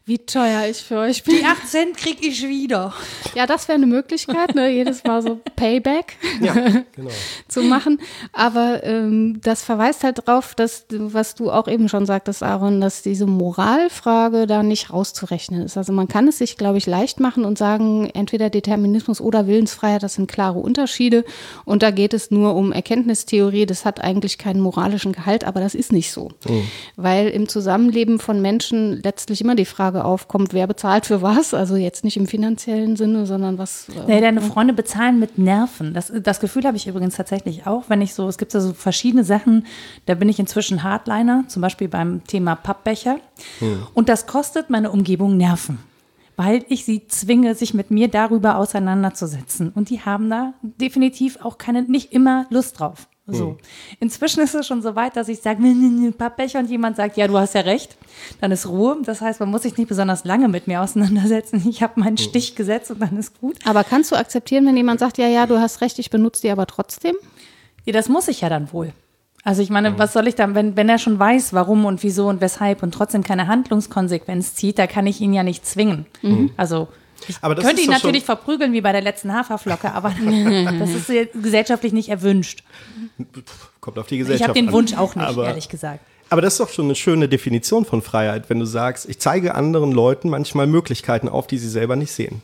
Wie teuer ich für euch bin. Die 8 Cent krieg ich wieder. Ja, das wäre eine Möglichkeit, ne? Jedes Mal so Payback Genau. zu machen. Aber das verweist halt drauf, dass, was du auch eben schon sagtest, Aaron, dass diese Moralfrage da nicht rauszurechnen ist. Also man kann es sich, glaube ich, leicht machen und sagen, entweder Determinismus oder Willensfreiheit, das sind klare Unterschiede. Und da geht es nur um Erkenntnistheorie, das hat eigentlich keinen moralischen Gehalt, aber das ist nicht so. Weil im Zusammenleben von Menschen letztlich immer die Frage aufkommt, wer bezahlt für was, also jetzt nicht im finanziellen Sinne, sondern was. Nee, deine Freunde bezahlen mit Nerven. Das Gefühl habe ich übrigens tatsächlich auch, wenn ich so, es gibt so verschiedene Sachen, da bin ich inzwischen Hardliner, zum Beispiel beim Thema Pappbecher. Und das kostet meine Umgebung Nerven, weil ich sie zwinge, sich mit mir darüber auseinanderzusetzen. Und die haben da definitiv auch nicht immer Lust drauf. So. Inzwischen ist es schon so weit, dass ich sage, Pappbecher, und jemand sagt, ja, du hast ja recht. Dann ist Ruhe. Das heißt, man muss sich nicht besonders lange mit mir auseinandersetzen. Ich habe meinen Stich gesetzt und dann ist gut. Aber kannst du akzeptieren, wenn jemand sagt, ja, du hast recht, ich benutze die aber trotzdem? Ja, das muss ich ja dann wohl. Also ich meine, was soll ich dann, wenn er schon weiß, warum und wieso und weshalb und trotzdem keine Handlungskonsequenz zieht, da kann ich ihn ja nicht zwingen. Also Aber das könnte ist ihn doch natürlich verprügeln, wie bei der letzten Haferflocke, aber das ist gesellschaftlich nicht erwünscht. Kommt auf die Gesellschaft Ich habe den an. Wunsch auch nicht, Aber- ehrlich gesagt. Aber das ist doch schon eine schöne Definition von Freiheit, wenn du sagst, ich zeige anderen Leuten manchmal Möglichkeiten auf, die sie selber nicht sehen.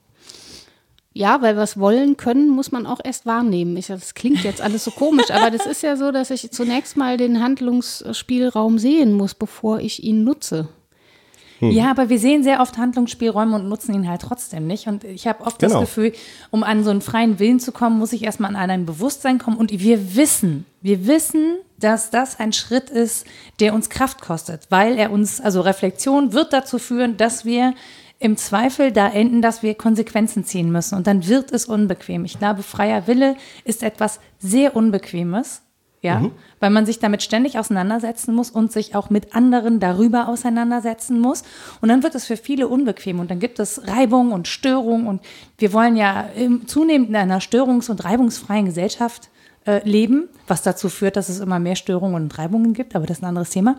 Ja, weil was wollen können, muss man auch erst wahrnehmen. Das klingt jetzt alles so komisch, aber das ist ja so, dass ich zunächst mal den Handlungsspielraum sehen muss, bevor ich ihn nutze. Ja, aber wir sehen sehr oft Handlungsspielräume und nutzen ihn halt trotzdem nicht. Und ich habe oft das Gefühl, um an so einen freien Willen zu kommen, muss ich erstmal an ein Bewusstsein kommen. Und wir wissen, dass das ein Schritt ist, der uns Kraft kostet, weil er uns, also Reflexion wird dazu führen, dass wir im Zweifel da enden, dass wir Konsequenzen ziehen müssen. Und dann wird es unbequem. Ich glaube, freier Wille ist etwas sehr Unbequemes. Ja, weil man sich damit ständig auseinandersetzen muss und sich auch mit anderen darüber auseinandersetzen muss. Und dann wird es für viele unbequem und dann gibt es Reibung und Störung. Und wir wollen ja zunehmend in einer störungs- und reibungsfreien Gesellschaft leben, was dazu führt, dass es immer mehr Störungen und Reibungen gibt. Aber das ist ein anderes Thema.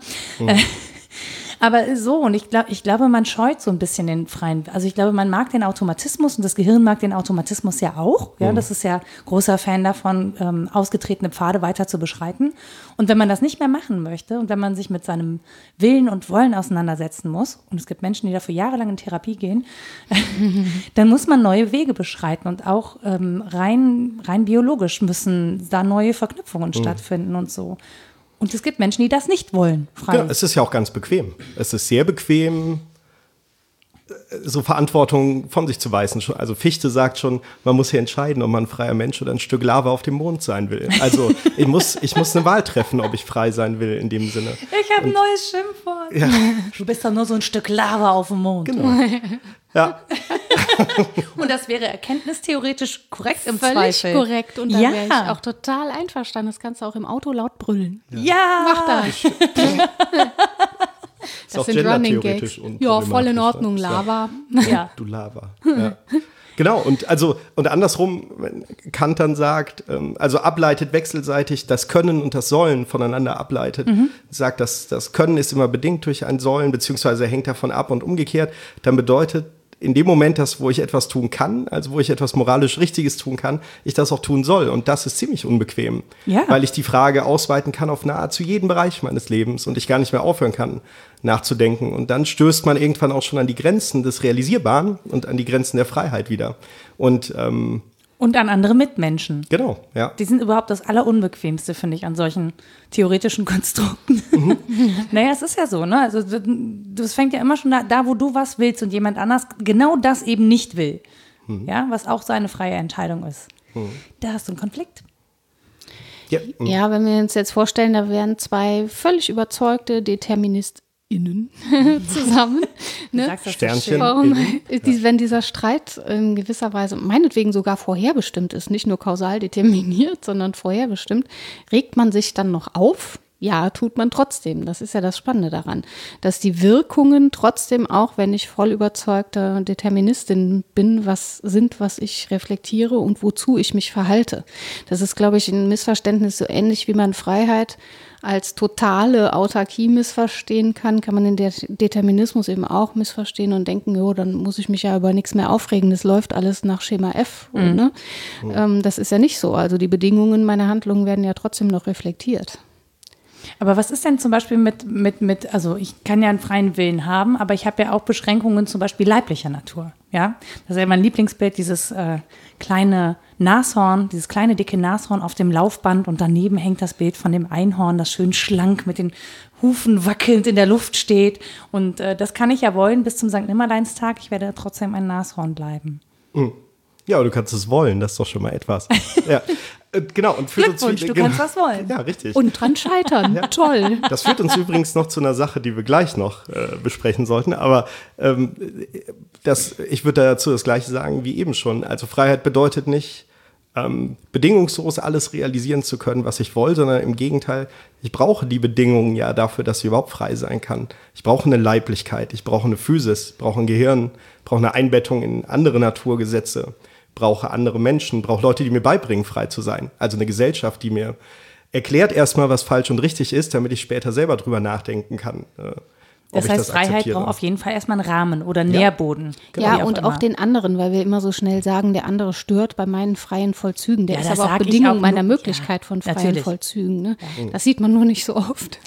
Aber so, und ich glaube, man scheut so ein bisschen den freien, also ich glaube, man mag den Automatismus und das Gehirn mag den Automatismus ja auch. Ja, das ist ja großer Fan davon, ausgetretene Pfade weiter zu beschreiten. Und wenn man das nicht mehr machen möchte und wenn man sich mit seinem Willen und Wollen auseinandersetzen muss, und es gibt Menschen, die dafür jahrelang in Therapie gehen, dann muss man neue Wege beschreiten und auch rein biologisch müssen da neue Verknüpfungen stattfinden und so. Und es gibt Menschen, die das nicht wollen, frei. Ja, es ist ja auch ganz bequem. Es ist sehr bequem, so Verantwortung von sich zu weisen. Also Fichte sagt schon, man muss hier entscheiden, ob man ein freier Mensch oder ein Stück Lava auf dem Mond sein will. Also ich muss eine Wahl treffen, ob ich frei sein will in dem Sinne. Ich habe ein neues Schimpfwort. Ja. Du bist doch nur so ein Stück Lava auf dem Mond. Genau. Ja. Und das wäre erkenntnistheoretisch korrekt im Völlig Zweifel. korrekt und da Ja. wäre ich auch total einverstanden. Das kannst du auch im Auto laut brüllen. Ja. Mach das. Ist auch sind Running gendertheoretisch Gags. Ja, voll in Ordnung, ja. Lava. Ja. Du Lava. Ja. Genau, und andersrum, wenn Kant dann sagt, also ableitet wechselseitig das Können und das Sollen voneinander ableitet, sagt, dass das Können ist immer bedingt durch ein Sollen, beziehungsweise hängt davon ab und umgekehrt, dann bedeutet in dem Moment, wo ich etwas tun kann, also wo ich etwas moralisch Richtiges tun kann, ich das auch tun soll. Und das ist ziemlich unbequem, weil ich die Frage ausweiten kann auf nahezu jeden Bereich meines Lebens und ich gar nicht mehr aufhören kann, nachzudenken. Und dann stößt man irgendwann auch schon an die Grenzen des Realisierbaren und an die Grenzen der Freiheit wieder. Und an andere Mitmenschen. genau, ja. Die sind überhaupt das Allerunbequemste, finde ich, an solchen theoretischen Konstrukten. Naja, es ist ja so, ne? Also das fängt ja immer schon da, wo du was willst und jemand anders genau das eben nicht will. Ja, was auch seine freie Entscheidung ist. Da hast du einen Konflikt. Ja, Ja, wenn wir uns jetzt vorstellen, da wären zwei völlig überzeugte DeterministInnen zusammen. Du Ne? sagst das so Sternchen. schön. Wenn dieser Streit in gewisser Weise meinetwegen sogar vorherbestimmt ist, nicht nur kausal determiniert, sondern vorherbestimmt, regt man sich dann noch auf? Ja, tut man trotzdem. Das ist ja das Spannende daran, dass die Wirkungen trotzdem, auch wenn ich voll überzeugte Deterministin bin, was ich reflektiere und wozu ich mich verhalte. Das ist, glaube ich, ein Missverständnis, so ähnlich wie man Freiheit als totale Autarkie missverstehen kann man den Determinismus eben auch missverstehen und denken, jo, dann muss ich mich ja über nichts mehr aufregen, das läuft alles nach Schema F. Ne? Das ist ja nicht so. Also die Bedingungen meiner Handlungen werden ja trotzdem noch reflektiert. Aber was ist denn zum Beispiel mit, also ich kann ja einen freien Willen haben, aber ich habe ja auch Beschränkungen zum Beispiel leiblicher Natur, ja. Das ist ja mein Lieblingsbild, dieses kleine Nashorn, dieses kleine dicke Nashorn auf dem Laufband und daneben hängt das Bild von dem Einhorn, das schön schlank mit den Hufen wackelnd in der Luft steht und das kann ich ja wollen bis zum St. Nimmerleinstag, ich werde trotzdem ein Nashorn bleiben. Ja, aber du kannst es wollen, das ist doch schon mal etwas. Ja. Genau, und führt Glückwunsch, du kannst was wollen. Ja, richtig. Und dran scheitern, ja. Toll. Das führt uns übrigens noch zu einer Sache, die wir gleich noch besprechen sollten, aber ich würde dazu das Gleiche sagen wie eben schon. Also Freiheit bedeutet nicht, bedingungslos alles realisieren zu können, was ich will, sondern im Gegenteil, ich brauche die Bedingungen ja dafür, dass ich überhaupt frei sein kann. Ich brauche eine Leiblichkeit, ich brauche eine Physis, brauche ein Gehirn, brauche eine Einbettung in andere Naturgesetze, brauche andere Menschen, brauche Leute, die mir beibringen, frei zu sein. Also eine Gesellschaft, die mir erklärt erstmal, was falsch und richtig ist, damit ich später selber drüber nachdenken kann. Das heißt, Freiheit braucht auf jeden Fall erstmal einen Rahmen oder einen Nährboden. Ja, und auch den anderen, weil wir immer so schnell sagen, der andere stört bei meinen freien Vollzügen. Der ist aber auch Bedingung meiner Möglichkeit von freien Vollzügen. Ne? Ja. Das sieht man nur nicht so oft.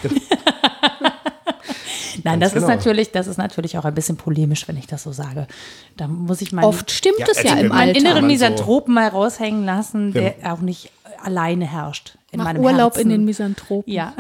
Nein, das ist natürlich auch ein bisschen polemisch, wenn ich das so sage. Da muss ich oft stimmt es ja im Alltag. Meinen inneren Misanthropen mal raushängen lassen, der auch nicht alleine herrscht in meinem Urlaub Herzen. In den Misanthropen. Ja.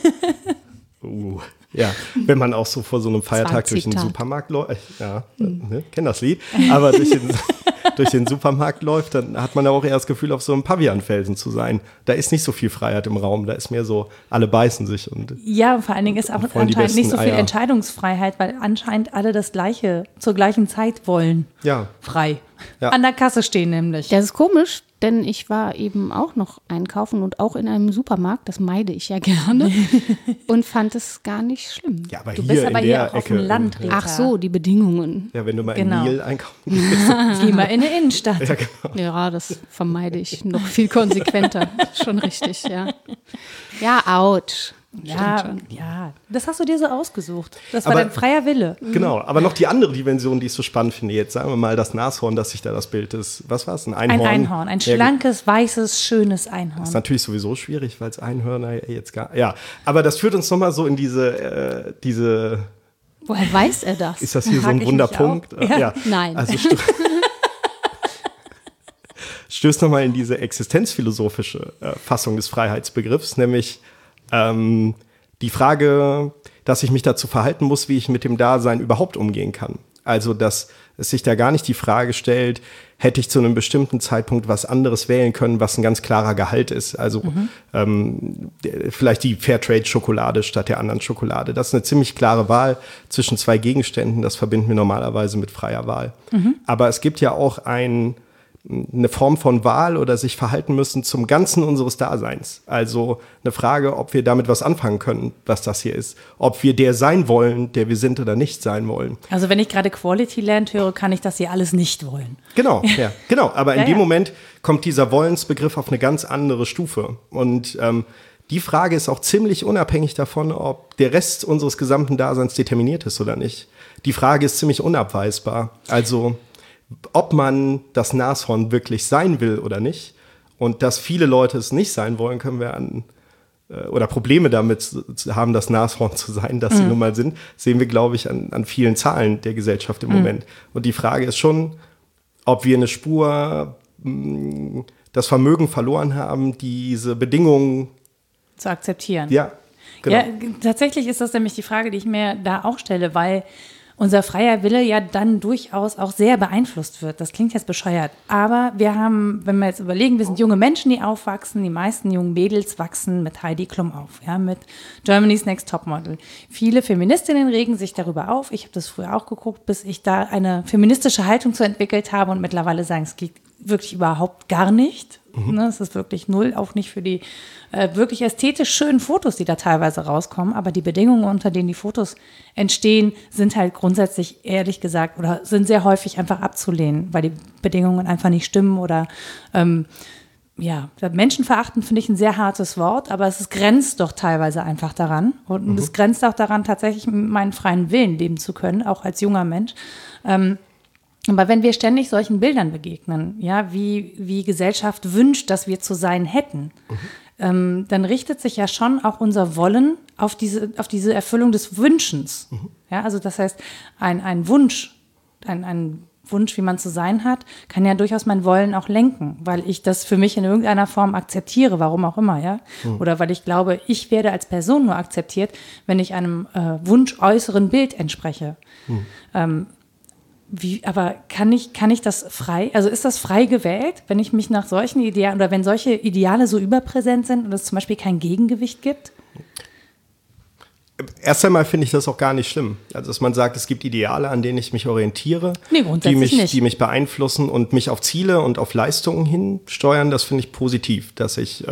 Ja, wenn man auch so vor so einem Feiertag durch den Supermarkt läuft, kenn das Lied, aber durch den Supermarkt läuft, dann hat man ja auch eher das Gefühl, auf so einem Pavianfelsen zu sein. Da ist nicht so viel Freiheit im Raum, da ist mehr so, alle beißen sich. Ja, vor allen Dingen ist auch anscheinend nicht so viel Entscheidungsfreiheit, weil anscheinend alle das Gleiche zur gleichen Zeit wollen. Ja. Frei. Ja. An der Kasse stehen nämlich. Das ist komisch, denn ich war eben auch noch einkaufen und auch in einem Supermarkt, das meide ich ja gerne, und fand es gar nicht schlimm. Ja, aber du bist aber hier auch auf dem Land. Ach so, die Bedingungen. Ja, wenn du mal in Nil einkaufen gehst. Geh mal in eine Innenstadt. Ja, genau. Ja, das vermeide ich noch viel konsequenter. Schon richtig, ja. Ja, ouch. Ja, das hast du dir so ausgesucht. Das war dein freier Wille. Genau, aber noch die andere Dimension, die ich so spannend finde, jetzt sagen wir mal das Nashorn, das sich da das Bild ist. Was war es? Ein Einhorn? Ein Einhorn, ein schlankes, weißes, schönes Einhorn. Das ist natürlich sowieso schwierig, weil es Einhörner jetzt gar... Ja, aber das führt uns nochmal so in diese... Woher weiß er das? Ist das hier so ein Wunderpunkt? Ja. Nein. Also stößt nochmal in diese existenzphilosophische Fassung des Freiheitsbegriffs, nämlich die Frage, dass ich mich dazu verhalten muss, wie ich mit dem Dasein überhaupt umgehen kann. Also, dass es sich da gar nicht die Frage stellt, hätte ich zu einem bestimmten Zeitpunkt was anderes wählen können, was ein ganz klarer Gehalt ist. Also vielleicht die Fairtrade-Schokolade statt der anderen Schokolade. Das ist eine ziemlich klare Wahl zwischen zwei Gegenständen. Das verbinden wir normalerweise mit freier Wahl. Aber es gibt ja auch eine Form von Wahl oder sich verhalten müssen zum Ganzen unseres Daseins. Also eine Frage, ob wir damit was anfangen können, was das hier ist. Ob wir der sein wollen, der wir sind oder nicht sein wollen. Also wenn ich gerade Quality Land höre, kann ich das hier alles nicht wollen. Genau, ja, genau. Aber in dem Moment kommt dieser Wollensbegriff auf eine ganz andere Stufe. Und die Frage ist auch ziemlich unabhängig davon, ob der Rest unseres gesamten Daseins determiniert ist oder nicht. Die Frage ist ziemlich unabweisbar. Also ob man das Nashorn wirklich sein will oder nicht. Und dass viele Leute es nicht sein wollen, können wir oder Probleme damit haben, das Nashorn zu sein, dass sie nun mal sind, sehen wir, glaube ich, an vielen Zahlen der Gesellschaft im Moment. Und die Frage ist schon, ob wir eine Spur das Vermögen verloren haben, diese Bedingungen zu akzeptieren. Ja, genau. Ja, tatsächlich ist das nämlich die Frage, die ich mir da auch stelle, weil unser freier Wille ja dann durchaus auch sehr beeinflusst wird. Das klingt jetzt bescheuert. Aber wir haben, wenn wir jetzt überlegen, wir sind junge Menschen, die aufwachsen. Die meisten jungen Mädels wachsen mit Heidi Klum auf, ja, mit Germany's Next Topmodel. Viele Feministinnen regen sich darüber auf. Ich habe das früher auch geguckt, bis ich da eine feministische Haltung zu entwickelt habe und mittlerweile sagen, es geht wirklich überhaupt gar nicht. Ne, es ist wirklich null, auch nicht für die wirklich ästhetisch schönen Fotos, die da teilweise rauskommen. Aber die Bedingungen, unter denen die Fotos entstehen, sind halt grundsätzlich, ehrlich gesagt, oder sind sehr häufig einfach abzulehnen, weil die Bedingungen einfach nicht stimmen oder Menschenverachten finde ich ein sehr hartes Wort, aber es grenzt doch teilweise einfach daran. Und es grenzt auch daran, tatsächlich meinen freien Willen leben zu können, auch als junger Mensch. Aber wenn wir ständig solchen Bildern begegnen, ja, wie Gesellschaft wünscht, dass wir zu sein hätten, dann richtet sich ja schon auch unser Wollen auf diese Erfüllung des Wünschens. Ja, also das heißt, ein Wunsch, ein Wunsch, wie man zu sein hat, kann ja durchaus mein Wollen auch lenken, weil ich das für mich in irgendeiner Form akzeptiere, warum auch immer, ja. Oder weil ich glaube, ich werde als Person nur akzeptiert, wenn ich einem wunschäußeren Bild entspreche. Aber kann ich das frei, also ist das frei gewählt, wenn ich mich nach solchen Idealen oder wenn solche Ideale so überpräsent sind und es zum Beispiel kein Gegengewicht gibt? Erst einmal finde ich das auch gar nicht schlimm. Also, dass man sagt, es gibt Ideale, an denen ich mich orientiere, die mich beeinflussen und mich auf Ziele und auf Leistungen hinsteuern, das finde ich positiv, dass ich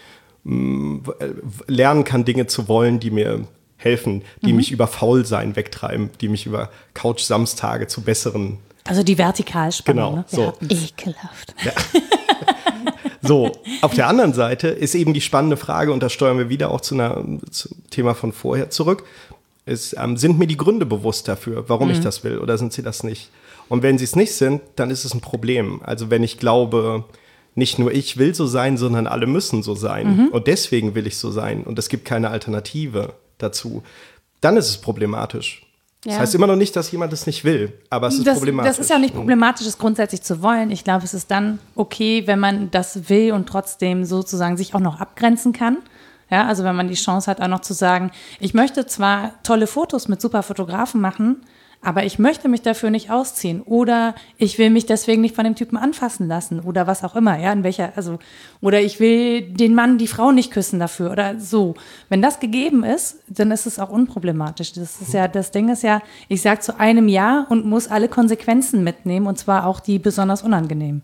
lernen kann, Dinge zu wollen, die mir helfen, die mich über Faulsein wegtreiben, die mich über Couch-Samstage zu besseren. Also die Vertikalspannung. Genau, ne? so. Ekelhaft. Ja. So, auf der anderen Seite ist eben die spannende Frage, und da steuern wir wieder auch zum Thema von vorher zurück, sind mir die Gründe bewusst dafür, warum ich das will, oder sind sie das nicht? Und wenn sie es nicht sind, dann ist es ein Problem. Also wenn ich glaube, nicht nur ich will so sein, sondern alle müssen so sein und deswegen will ich so sein und es gibt keine Alternative dazu, dann ist es problematisch. Das heißt immer noch nicht, dass jemand es nicht will, aber es ist problematisch. Das ist ja auch nicht problematisch, es grundsätzlich zu wollen. Ich glaube, es ist dann okay, wenn man das will und trotzdem sozusagen sich auch noch abgrenzen kann. Ja, also wenn man die Chance hat, auch noch zu sagen, ich möchte zwar tolle Fotos mit super Fotografen machen, aber ich möchte mich dafür nicht ausziehen oder ich will mich deswegen nicht von dem Typen anfassen lassen oder was auch immer, ja, oder ich will den Mann, die Frau nicht küssen dafür oder so. Wenn das gegeben ist, dann ist es auch unproblematisch. Das Ding ist ja, ich sage zu einem Ja und muss alle Konsequenzen mitnehmen und zwar auch die besonders unangenehmen.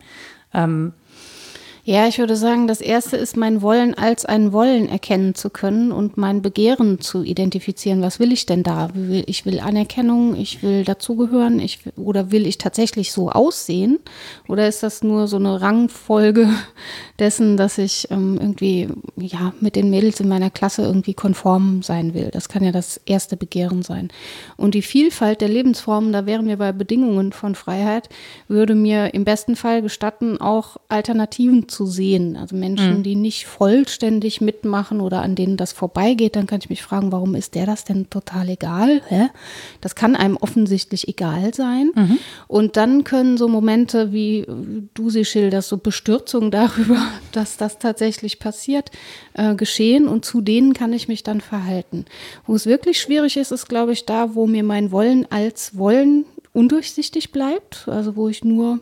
Ja, ich würde sagen, das Erste ist, mein Wollen als ein Wollen erkennen zu können und mein Begehren zu identifizieren. Was will ich denn da? Ich will Anerkennung, ich will dazugehören, oder will ich tatsächlich so aussehen? Oder ist das nur so eine Rangfolge dessen, dass ich irgendwie mit den Mädels in meiner Klasse irgendwie konform sein will? Das kann ja das erste Begehren sein. Und die Vielfalt der Lebensformen, da wären wir bei Bedingungen von Freiheit, würde mir im besten Fall gestatten, auch Alternativen zu sehen. Also Menschen, die nicht vollständig mitmachen oder an denen das vorbeigeht, dann kann ich mich fragen, warum ist der das denn total egal? Das kann einem offensichtlich egal sein. Und dann können so Momente, wie du sie schilderst, so Bestürzung darüber, dass das tatsächlich passiert, geschehen und zu denen kann ich mich dann verhalten. Wo es wirklich schwierig ist, ist, glaube ich, da, wo mir mein Wollen als Wollen undurchsichtig bleibt, also wo ich nur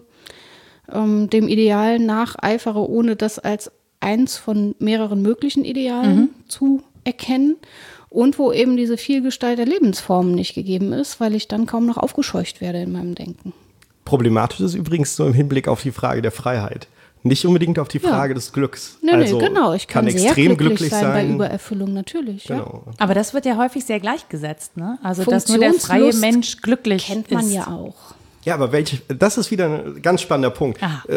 dem Ideal nacheifere, ohne das als eins von mehreren möglichen Idealen zu erkennen und wo eben diese Vielgestalt der Lebensformen nicht gegeben ist, weil ich dann kaum noch aufgescheucht werde in meinem Denken. Problematisch ist übrigens so im Hinblick auf die Frage der Freiheit. Nicht unbedingt auf die Frage des Glücks. Nee, genau. Ich kann extrem glücklich sein bei Übererfüllung, natürlich. Genau. Ja. Aber das wird ja häufig sehr gleichgesetzt, ne? Also, dass nur der freie Mensch glücklich kennt man ist. ja auch. Ja, aber das ist wieder ein ganz spannender Punkt.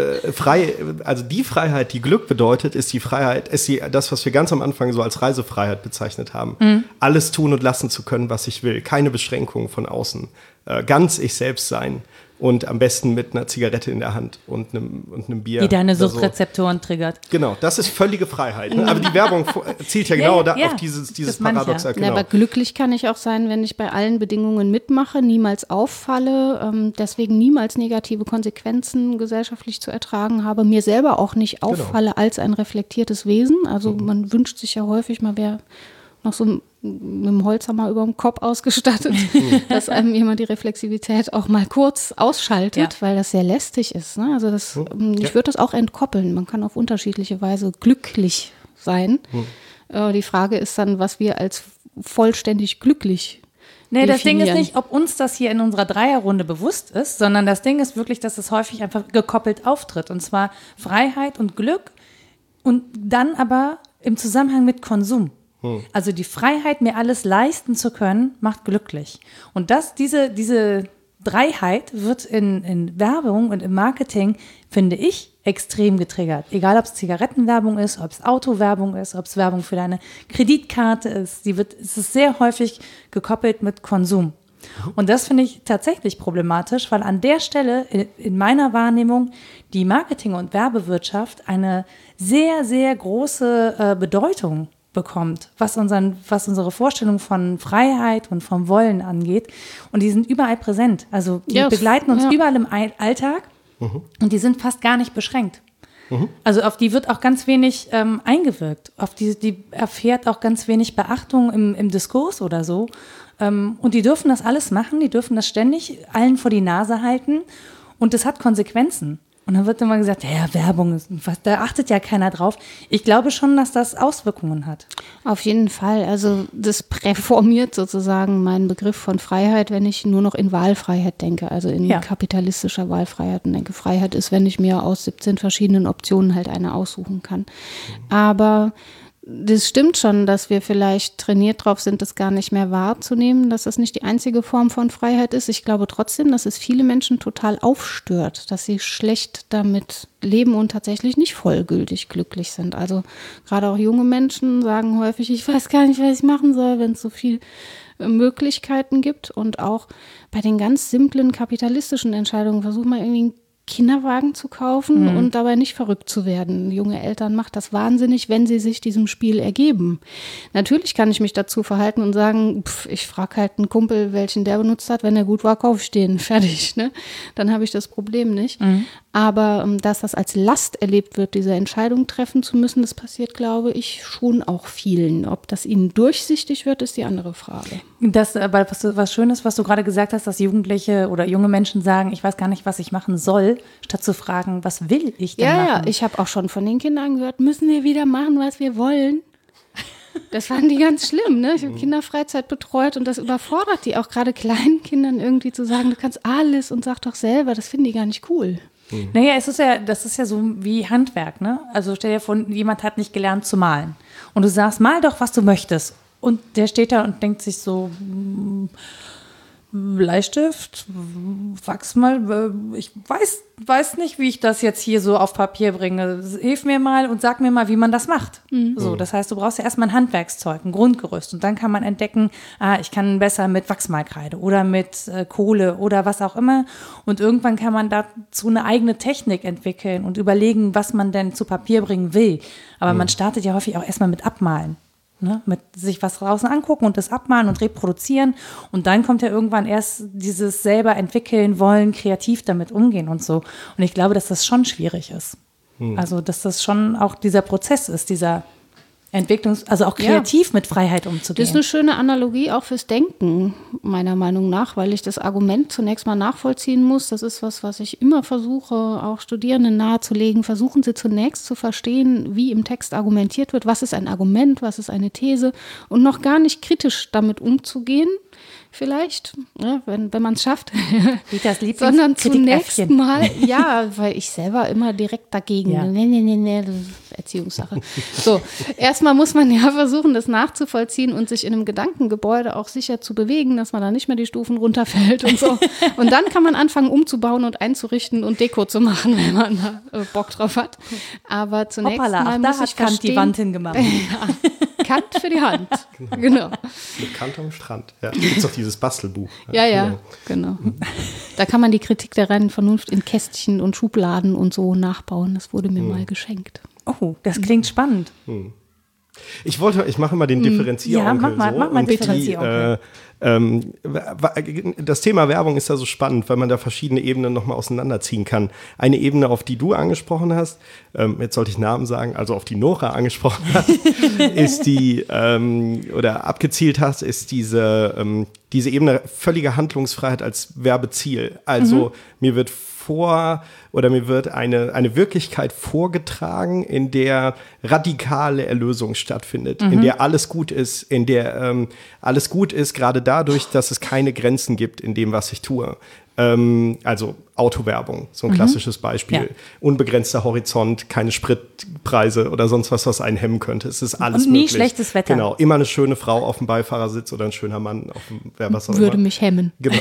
Also die Freiheit, die Glück bedeutet, ist das, was wir ganz am Anfang so als Reisefreiheit bezeichnet haben. Alles tun und lassen zu können, was ich will. Keine Beschränkungen von außen. Ganz ich selbst sein. Und am besten mit einer Zigarette in der Hand und einem Bier. Die deine Suchtrezeptoren triggert. Genau, das ist völlige Freiheit. Ne? Aber die Werbung zielt ja genau auf dieses Paradox. Ja. Genau. Aber glücklich kann ich auch sein, wenn ich bei allen Bedingungen mitmache, niemals auffalle, deswegen niemals negative Konsequenzen gesellschaftlich zu ertragen habe, mir selber auch nicht auffalle als ein reflektiertes Wesen. Also man wünscht sich ja häufig, man wäre noch so mit dem Holzhammer über dem Kopf ausgestattet, dass einem jemand die Reflexivität auch mal kurz ausschaltet, weil das sehr lästig ist. Ne? Also ich würde das auch entkoppeln. Man kann auf unterschiedliche Weise glücklich sein. Die Frage ist dann, was wir als vollständig glücklich Nee, das Ding ist nicht, ob uns das hier in unserer Dreierrunde bewusst ist, sondern das Ding ist wirklich, dass es häufig einfach gekoppelt auftritt. Und zwar Freiheit und Glück und dann aber im Zusammenhang mit Konsum. Also die Freiheit, mir alles leisten zu können, macht glücklich. Und diese Dreiheit wird in Werbung und im Marketing, finde ich, extrem getriggert. Egal, ob es Zigarettenwerbung ist, ob es Autowerbung ist, ob es Werbung für deine Kreditkarte ist. Es ist sehr häufig gekoppelt mit Konsum. Und das finde ich tatsächlich problematisch, weil an der Stelle in meiner Wahrnehmung die Marketing- und Werbewirtschaft eine sehr, sehr große Bedeutung bekommt, was unsere Vorstellung von Freiheit und vom Wollen angeht. Und die sind überall präsent. Also die begleiten uns überall im Alltag und die sind fast gar nicht beschränkt. Also auf die wird auch ganz wenig eingewirkt. Auf die erfährt auch ganz wenig Beachtung im Diskurs oder so. Und die dürfen das alles machen, die dürfen das ständig allen vor die Nase halten und das hat Konsequenzen. Und dann wird immer gesagt, ja, Werbung, da achtet ja keiner drauf. Ich glaube schon, dass das Auswirkungen hat. Auf jeden Fall. Also das präformiert sozusagen meinen Begriff von Freiheit, wenn ich nur noch in Wahlfreiheit denke, also in kapitalistischer Wahlfreiheit und denke, Freiheit ist, wenn ich mir aus 17 verschiedenen Optionen halt eine aussuchen kann. Aber das stimmt schon, dass wir vielleicht trainiert drauf sind, das gar nicht mehr wahrzunehmen, dass das nicht die einzige Form von Freiheit ist. Ich glaube trotzdem, dass es viele Menschen total aufstört, dass sie schlecht damit leben und tatsächlich nicht vollgültig glücklich sind. Also gerade auch junge Menschen sagen häufig, ich weiß gar nicht, was ich machen soll, wenn es so viel Möglichkeiten gibt. Und auch bei den ganz simplen kapitalistischen Entscheidungen, versuch mal irgendwie einen Kinderwagen zu kaufen und dabei nicht verrückt zu werden. Junge Eltern macht das wahnsinnig, wenn sie sich diesem Spiel ergeben. Natürlich kann ich mich dazu verhalten und sagen, ich frage halt einen Kumpel, welchen der benutzt hat, wenn er gut war, kauf ich den, fertig. Ne? Dann habe ich das Problem nicht. Aber dass das als Last erlebt wird, diese Entscheidung treffen zu müssen, das passiert, glaube ich, schon auch vielen. Ob das ihnen durchsichtig wird, ist die andere Frage. Das aber was Schönes, was du gerade gesagt hast, dass Jugendliche oder junge Menschen sagen, ich weiß gar nicht, was ich machen soll, statt zu fragen, was will ich denn machen? Ja, ich habe auch schon von den Kindern gehört, müssen wir wieder machen, was wir wollen? Das fanden die ganz schlimm, ne? Ich habe Kinderfreizeit betreut und das überfordert die auch, gerade kleinen Kindern irgendwie zu sagen, du kannst alles und sag doch selber, das finden die gar nicht cool. Naja, das ist ja so wie Handwerk, ne? Also stell dir vor, jemand hat nicht gelernt zu malen und du sagst, mal doch, was du möchtest. Und der steht da und denkt sich so, Bleistift, Wachs mal, ich weiß nicht, wie ich das jetzt hier so auf Papier bringe. Hilf mir mal und sag mir mal, wie man das macht. So, das heißt, du brauchst ja erstmal ein Handwerkszeug, ein Grundgerüst und dann kann man entdecken, ich kann besser mit Wachsmalkreide oder mit Kohle oder was auch immer und irgendwann kann man dazu eine eigene Technik entwickeln und überlegen, was man denn zu Papier bringen will. Aber man startet ja häufig auch erstmal mit Abmalen. Ne, mit sich was draußen angucken und das abmalen und reproduzieren und dann kommt ja irgendwann erst dieses selber entwickeln wollen, kreativ damit umgehen und so. Und ich glaube, dass das schon schwierig ist. Also, dass das schon auch dieser Prozess ist, dieser also auch kreativ mit Freiheit umzugehen. Das ist eine schöne Analogie auch fürs Denken, meiner Meinung nach, weil ich das Argument zunächst mal nachvollziehen muss. Das ist was ich immer versuche, auch Studierenden nahezulegen. Versuchen sie zunächst zu verstehen, wie im Text argumentiert wird. Was ist ein Argument, was ist eine These? Und noch gar nicht kritisch damit umzugehen, vielleicht, ja, wenn man es schafft. Sondern zunächst mal, weil ich selber immer direkt dagegen, nee, das ist Erziehungssache. So, erstmal muss man ja versuchen, das nachzuvollziehen und sich in einem Gedankengebäude auch sicher zu bewegen, dass man da nicht mehr die Stufen runterfällt und so. Und dann kann man anfangen umzubauen und einzurichten und Deko zu machen, wenn man da Bock drauf hat. Aber zunächst mal muss ich verstehen, die Wand hingemacht. Kant für die Hand. Genau. Mit Kant am Strand. Ja, gibt es doch dieses Bastelbuch. Ja, genau. Da kann man die Kritik der reinen Vernunft in Kästchen und Schubladen und so nachbauen. Das wurde mir mal geschenkt. Oh, das klingt spannend. Ich mache mal den Differenzieronkel. Ja, mach mal Differenzieronkel. Das Thema Werbung ist da so spannend, weil man da verschiedene Ebenen nochmal auseinanderziehen kann. Eine Ebene, auf die du angesprochen hast, jetzt sollte ich Namen sagen, also auf die Nora angesprochen hat, ist die, oder abgezielt hast, ist diese diese Ebene völlige Handlungsfreiheit als Verbeziel. Also mir wird eine Wirklichkeit vorgetragen, in der radikale Erlösung stattfindet, in der alles gut ist, alles gut ist, gerade dadurch, dass es keine Grenzen gibt in dem, was ich tue. Also Autowerbung, so ein klassisches Beispiel. Ja. Unbegrenzter Horizont, keine Spritpreise oder sonst was einen hemmen könnte. Es ist alles und nie möglich. Schlechtes Wetter. Genau, immer eine schöne Frau auf dem Beifahrersitz oder ein schöner Mann auf dem, was auch immer. Würde mich hemmen. Genau.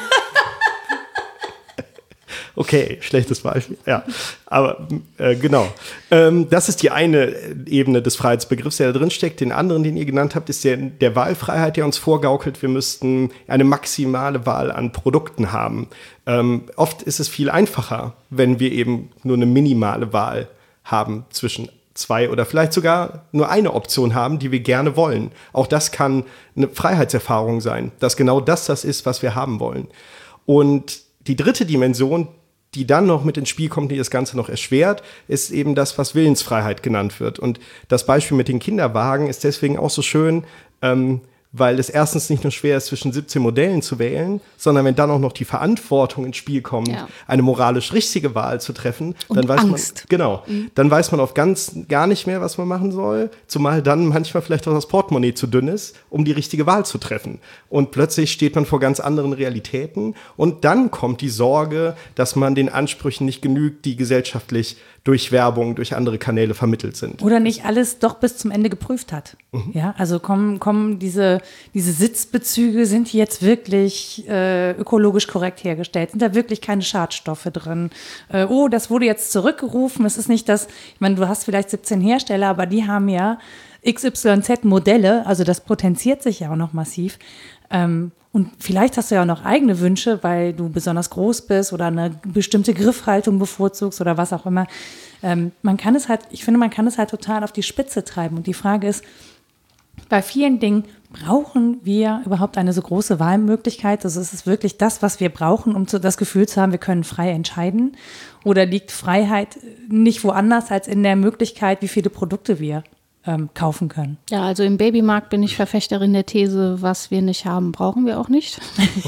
Okay, schlechtes Beispiel, ja. Aber genau. Das ist die eine Ebene des Freiheitsbegriffs, der da drin steckt. Den anderen, den ihr genannt habt, ist der Wahlfreiheit, der uns vorgaukelt, wir müssten eine maximale Wahl an Produkten haben. Oft ist es viel einfacher, wenn wir eben nur eine minimale Wahl haben zwischen 2 oder vielleicht sogar nur eine Option haben, die wir gerne wollen. Auch das kann eine Freiheitserfahrung sein, dass genau das ist, was wir haben wollen. Und die dritte Dimension, die dann noch mit ins Spiel kommt, die das Ganze noch erschwert, ist eben das, was Willensfreiheit genannt wird. Und das Beispiel mit den Kinderwagen ist deswegen auch so schön, weil es erstens nicht nur schwer ist, zwischen 17 Modellen zu wählen, sondern wenn dann auch noch die Verantwortung ins Spiel kommt, eine moralisch richtige Wahl zu treffen, dann weiß Angst. Dann weiß man gar nicht mehr, was man machen soll, zumal dann manchmal vielleicht auch das Portemonnaie zu dünn ist, um die richtige Wahl zu treffen. Und plötzlich steht man vor ganz anderen Realitäten und dann kommt die Sorge, dass man den Ansprüchen nicht genügt, die gesellschaftlich durch Werbung, durch andere Kanäle vermittelt sind. Oder nicht alles doch bis zum Ende geprüft hat. Ja, also kommen diese Sitzbezüge, sind die jetzt wirklich ökologisch korrekt hergestellt? Sind da wirklich keine Schadstoffe drin? Das wurde jetzt zurückgerufen. Es ist nicht das, ich meine, du hast vielleicht 17 Hersteller, aber die haben ja XYZ-Modelle, also das potenziert sich ja auch noch massiv. Und vielleicht hast du ja auch noch eigene Wünsche, weil du besonders groß bist oder eine bestimmte Griffhaltung bevorzugst oder was auch immer. Man kann es halt total auf die Spitze treiben. Und die Frage ist, bei vielen Dingen brauchen wir überhaupt eine so große Wahlmöglichkeit? Also ist es wirklich das, was wir brauchen, um das Gefühl zu haben, wir können frei entscheiden? Oder liegt Freiheit nicht woanders als in der Möglichkeit, wie viele Produkte wir kaufen können? Ja, also im Babymarkt bin ich Verfechterin der These, was wir nicht haben, brauchen wir auch nicht.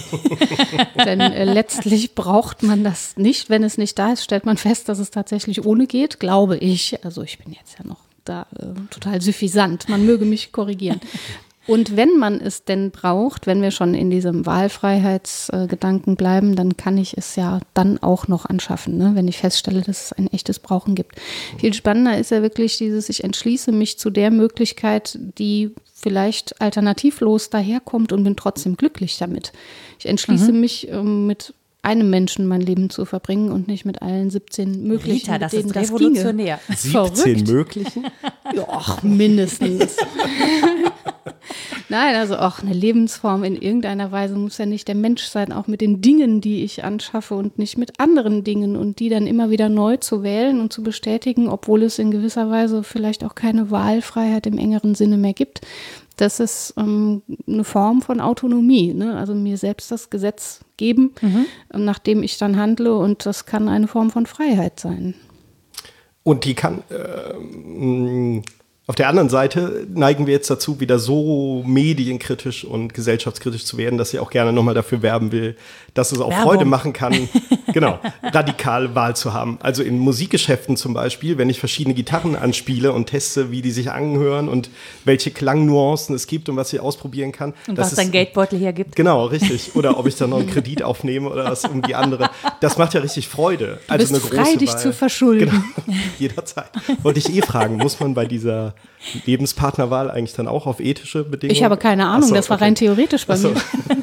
Denn letztlich braucht man das nicht. Wenn es nicht da ist, stellt man fest, dass es tatsächlich ohne geht, glaube ich. Also ich bin jetzt ja noch da total suffisant. Man möge mich korrigieren. Und wenn man es denn braucht, wenn wir schon in diesem Wahlfreiheitsgedanken bleiben, dann kann ich es ja dann auch noch anschaffen, ne? Wenn ich feststelle, dass es ein echtes Brauchen gibt. Viel spannender ist ja wirklich ich entschließe mich zu der Möglichkeit, die vielleicht alternativlos daherkommt und bin trotzdem glücklich damit. Ich entschließe mich mit einem Menschen mein Leben zu verbringen und nicht mit allen 17 möglichen, Rita, das mit denen ist das revolutionär. 17 möglichen? Ja, mindestens. Nein, also auch eine Lebensform in irgendeiner Weise muss ja nicht der Mensch sein, auch mit den Dingen, die ich anschaffe und nicht mit anderen Dingen und die dann immer wieder neu zu wählen und zu bestätigen, obwohl es in gewisser Weise vielleicht auch keine Wahlfreiheit im engeren Sinne mehr gibt. Das ist eine Form von Autonomie, ne? Also mir selbst das Gesetz geben, nachdem ich dann handle, und das kann eine Form von Freiheit sein. Und die kann auf der anderen Seite neigen wir jetzt dazu, wieder so medienkritisch und gesellschaftskritisch zu werden, dass ich auch gerne nochmal dafür werben will, dass es auch Freude machen kann, genau, radikal Wahl zu haben. Also in Musikgeschäften zum Beispiel, wenn ich verschiedene Gitarren anspiele und teste, wie die sich anhören und welche Klangnuancen es gibt und was ich ausprobieren kann. Und was dein Geldbeutel hergibt. Genau, richtig. Oder ob ich dann noch einen Kredit aufnehme oder was irgendwie andere. Das macht ja richtig Freude. Du bist frei, dich zu verschulden. Genau, jederzeit. Wollte ich fragen, muss man bei dieser Lebenspartnerwahl eigentlich dann auch auf ethische Bedingungen? Ich habe keine Ahnung, das war rein theoretisch bei mir.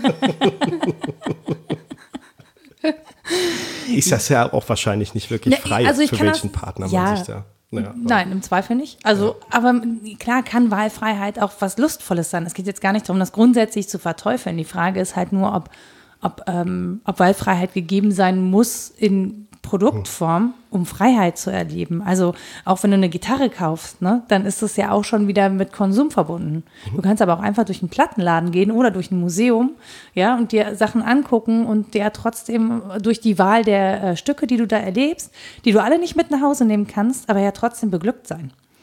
Ist das ja auch wahrscheinlich nicht wirklich frei, also für welchen Partner man sich da... Nein, im Zweifel nicht. Also, aber klar kann Wahlfreiheit auch was Lustvolles sein. Es geht jetzt gar nicht darum, das grundsätzlich zu verteufeln. Die Frage ist halt nur, ob Wahlfreiheit gegeben sein muss in Produktform, um Freiheit zu erleben. Also auch wenn du eine Gitarre kaufst, ne, dann ist das ja auch schon wieder mit Konsum verbunden. Du kannst aber auch einfach durch einen Plattenladen gehen oder durch ein Museum, ja, und dir Sachen angucken und dir trotzdem durch die Wahl der Stücke, die du da erlebst, die du alle nicht mit nach Hause nehmen kannst, aber ja trotzdem beglückt sein.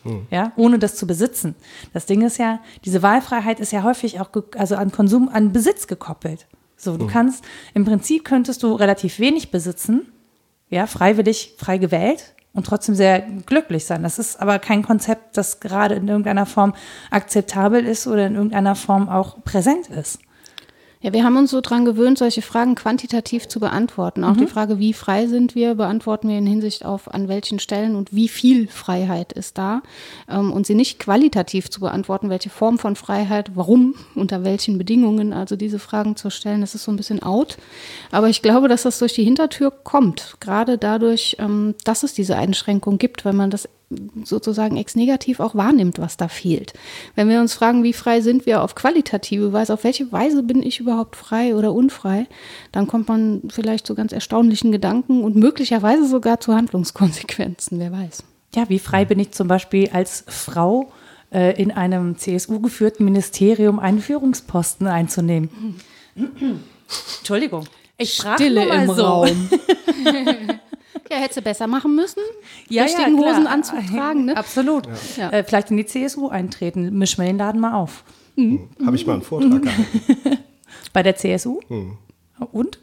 Ja, ohne das zu besitzen. Das Ding ist ja, diese Wahlfreiheit ist ja häufig auch an Besitz gekoppelt. So, du kannst, im Prinzip könntest du relativ wenig besitzen, ja, freiwillig, frei gewählt und trotzdem sehr glücklich sein. Das ist aber kein Konzept, das gerade in irgendeiner Form akzeptabel ist oder in irgendeiner Form auch präsent ist. Ja, wir haben uns so dran gewöhnt, solche Fragen quantitativ zu beantworten. Auch die Frage, wie frei sind wir, beantworten wir in Hinsicht auf, an welchen Stellen und wie viel Freiheit ist da. Und sie nicht qualitativ zu beantworten, welche Form von Freiheit, warum, unter welchen Bedingungen, also diese Fragen zu stellen, das ist so ein bisschen out. Aber ich glaube, dass das durch die Hintertür kommt, gerade dadurch, dass es diese Einschränkung gibt, weil man das sozusagen ex negativ auch wahrnimmt, was da fehlt. Wenn wir uns fragen, wie frei sind wir auf qualitative Weise, auf welche Weise bin ich überhaupt frei oder unfrei, dann kommt man vielleicht zu ganz erstaunlichen Gedanken und möglicherweise sogar zu Handlungskonsequenzen, wer weiß. Ja, wie frei bin ich zum Beispiel als Frau in einem CSU-geführten Ministerium einen Führungsposten einzunehmen? Entschuldigung, ich sprach Stille nur mal im so. Raum. Ja, hättest du besser machen müssen. Ja, richtigen klar. Hosenanzug tragen, ne? Absolut. Ja. Vielleicht in die CSU eintreten, mischen wir den Laden mal auf. Habe ich mal einen Vortrag gehalten. Bei der CSU? Und?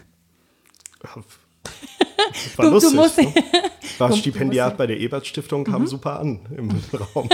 War lustig. musst, ne? War du Stipendiat bei der Ebert-Stiftung, kam super an im Raum.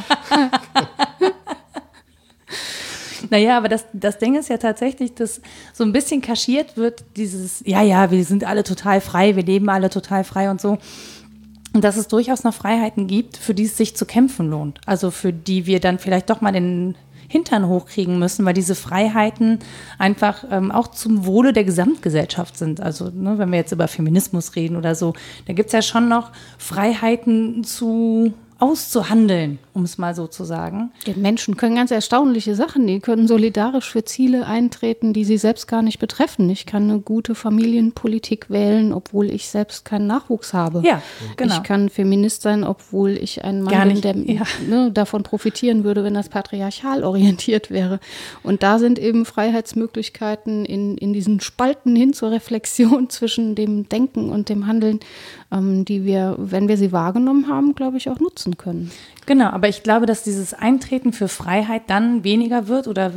Naja, aber das Ding ist ja tatsächlich, dass so ein bisschen kaschiert wird, dieses, ja, wir sind alle total frei, wir leben alle total frei und so. Und dass es durchaus noch Freiheiten gibt, für die es sich zu kämpfen lohnt. Also für die wir dann vielleicht doch mal den Hintern hochkriegen müssen, weil diese Freiheiten einfach auch zum Wohle der Gesamtgesellschaft sind. Also wenn wir jetzt über Feminismus reden oder so, da gibt es ja schon noch Freiheiten auszuhandeln, um es mal so zu sagen. Die Menschen können ganz erstaunliche Sachen, die können solidarisch für Ziele eintreten, die sie selbst gar nicht betreffen. Ich kann eine gute Familienpolitik wählen, obwohl ich selbst keinen Nachwuchs habe. Ja, genau. Ich kann Feminist sein, obwohl ich ein Mann bin, der davon profitieren würde, wenn das patriarchal orientiert wäre. Und da sind eben Freiheitsmöglichkeiten in diesen Spalten hin zur Reflexion zwischen dem Denken und dem Handeln, die wir, wenn wir sie wahrgenommen haben, glaube ich, auch nutzen können. Genau, aber ich glaube, dass dieses Eintreten für Freiheit dann weniger wird oder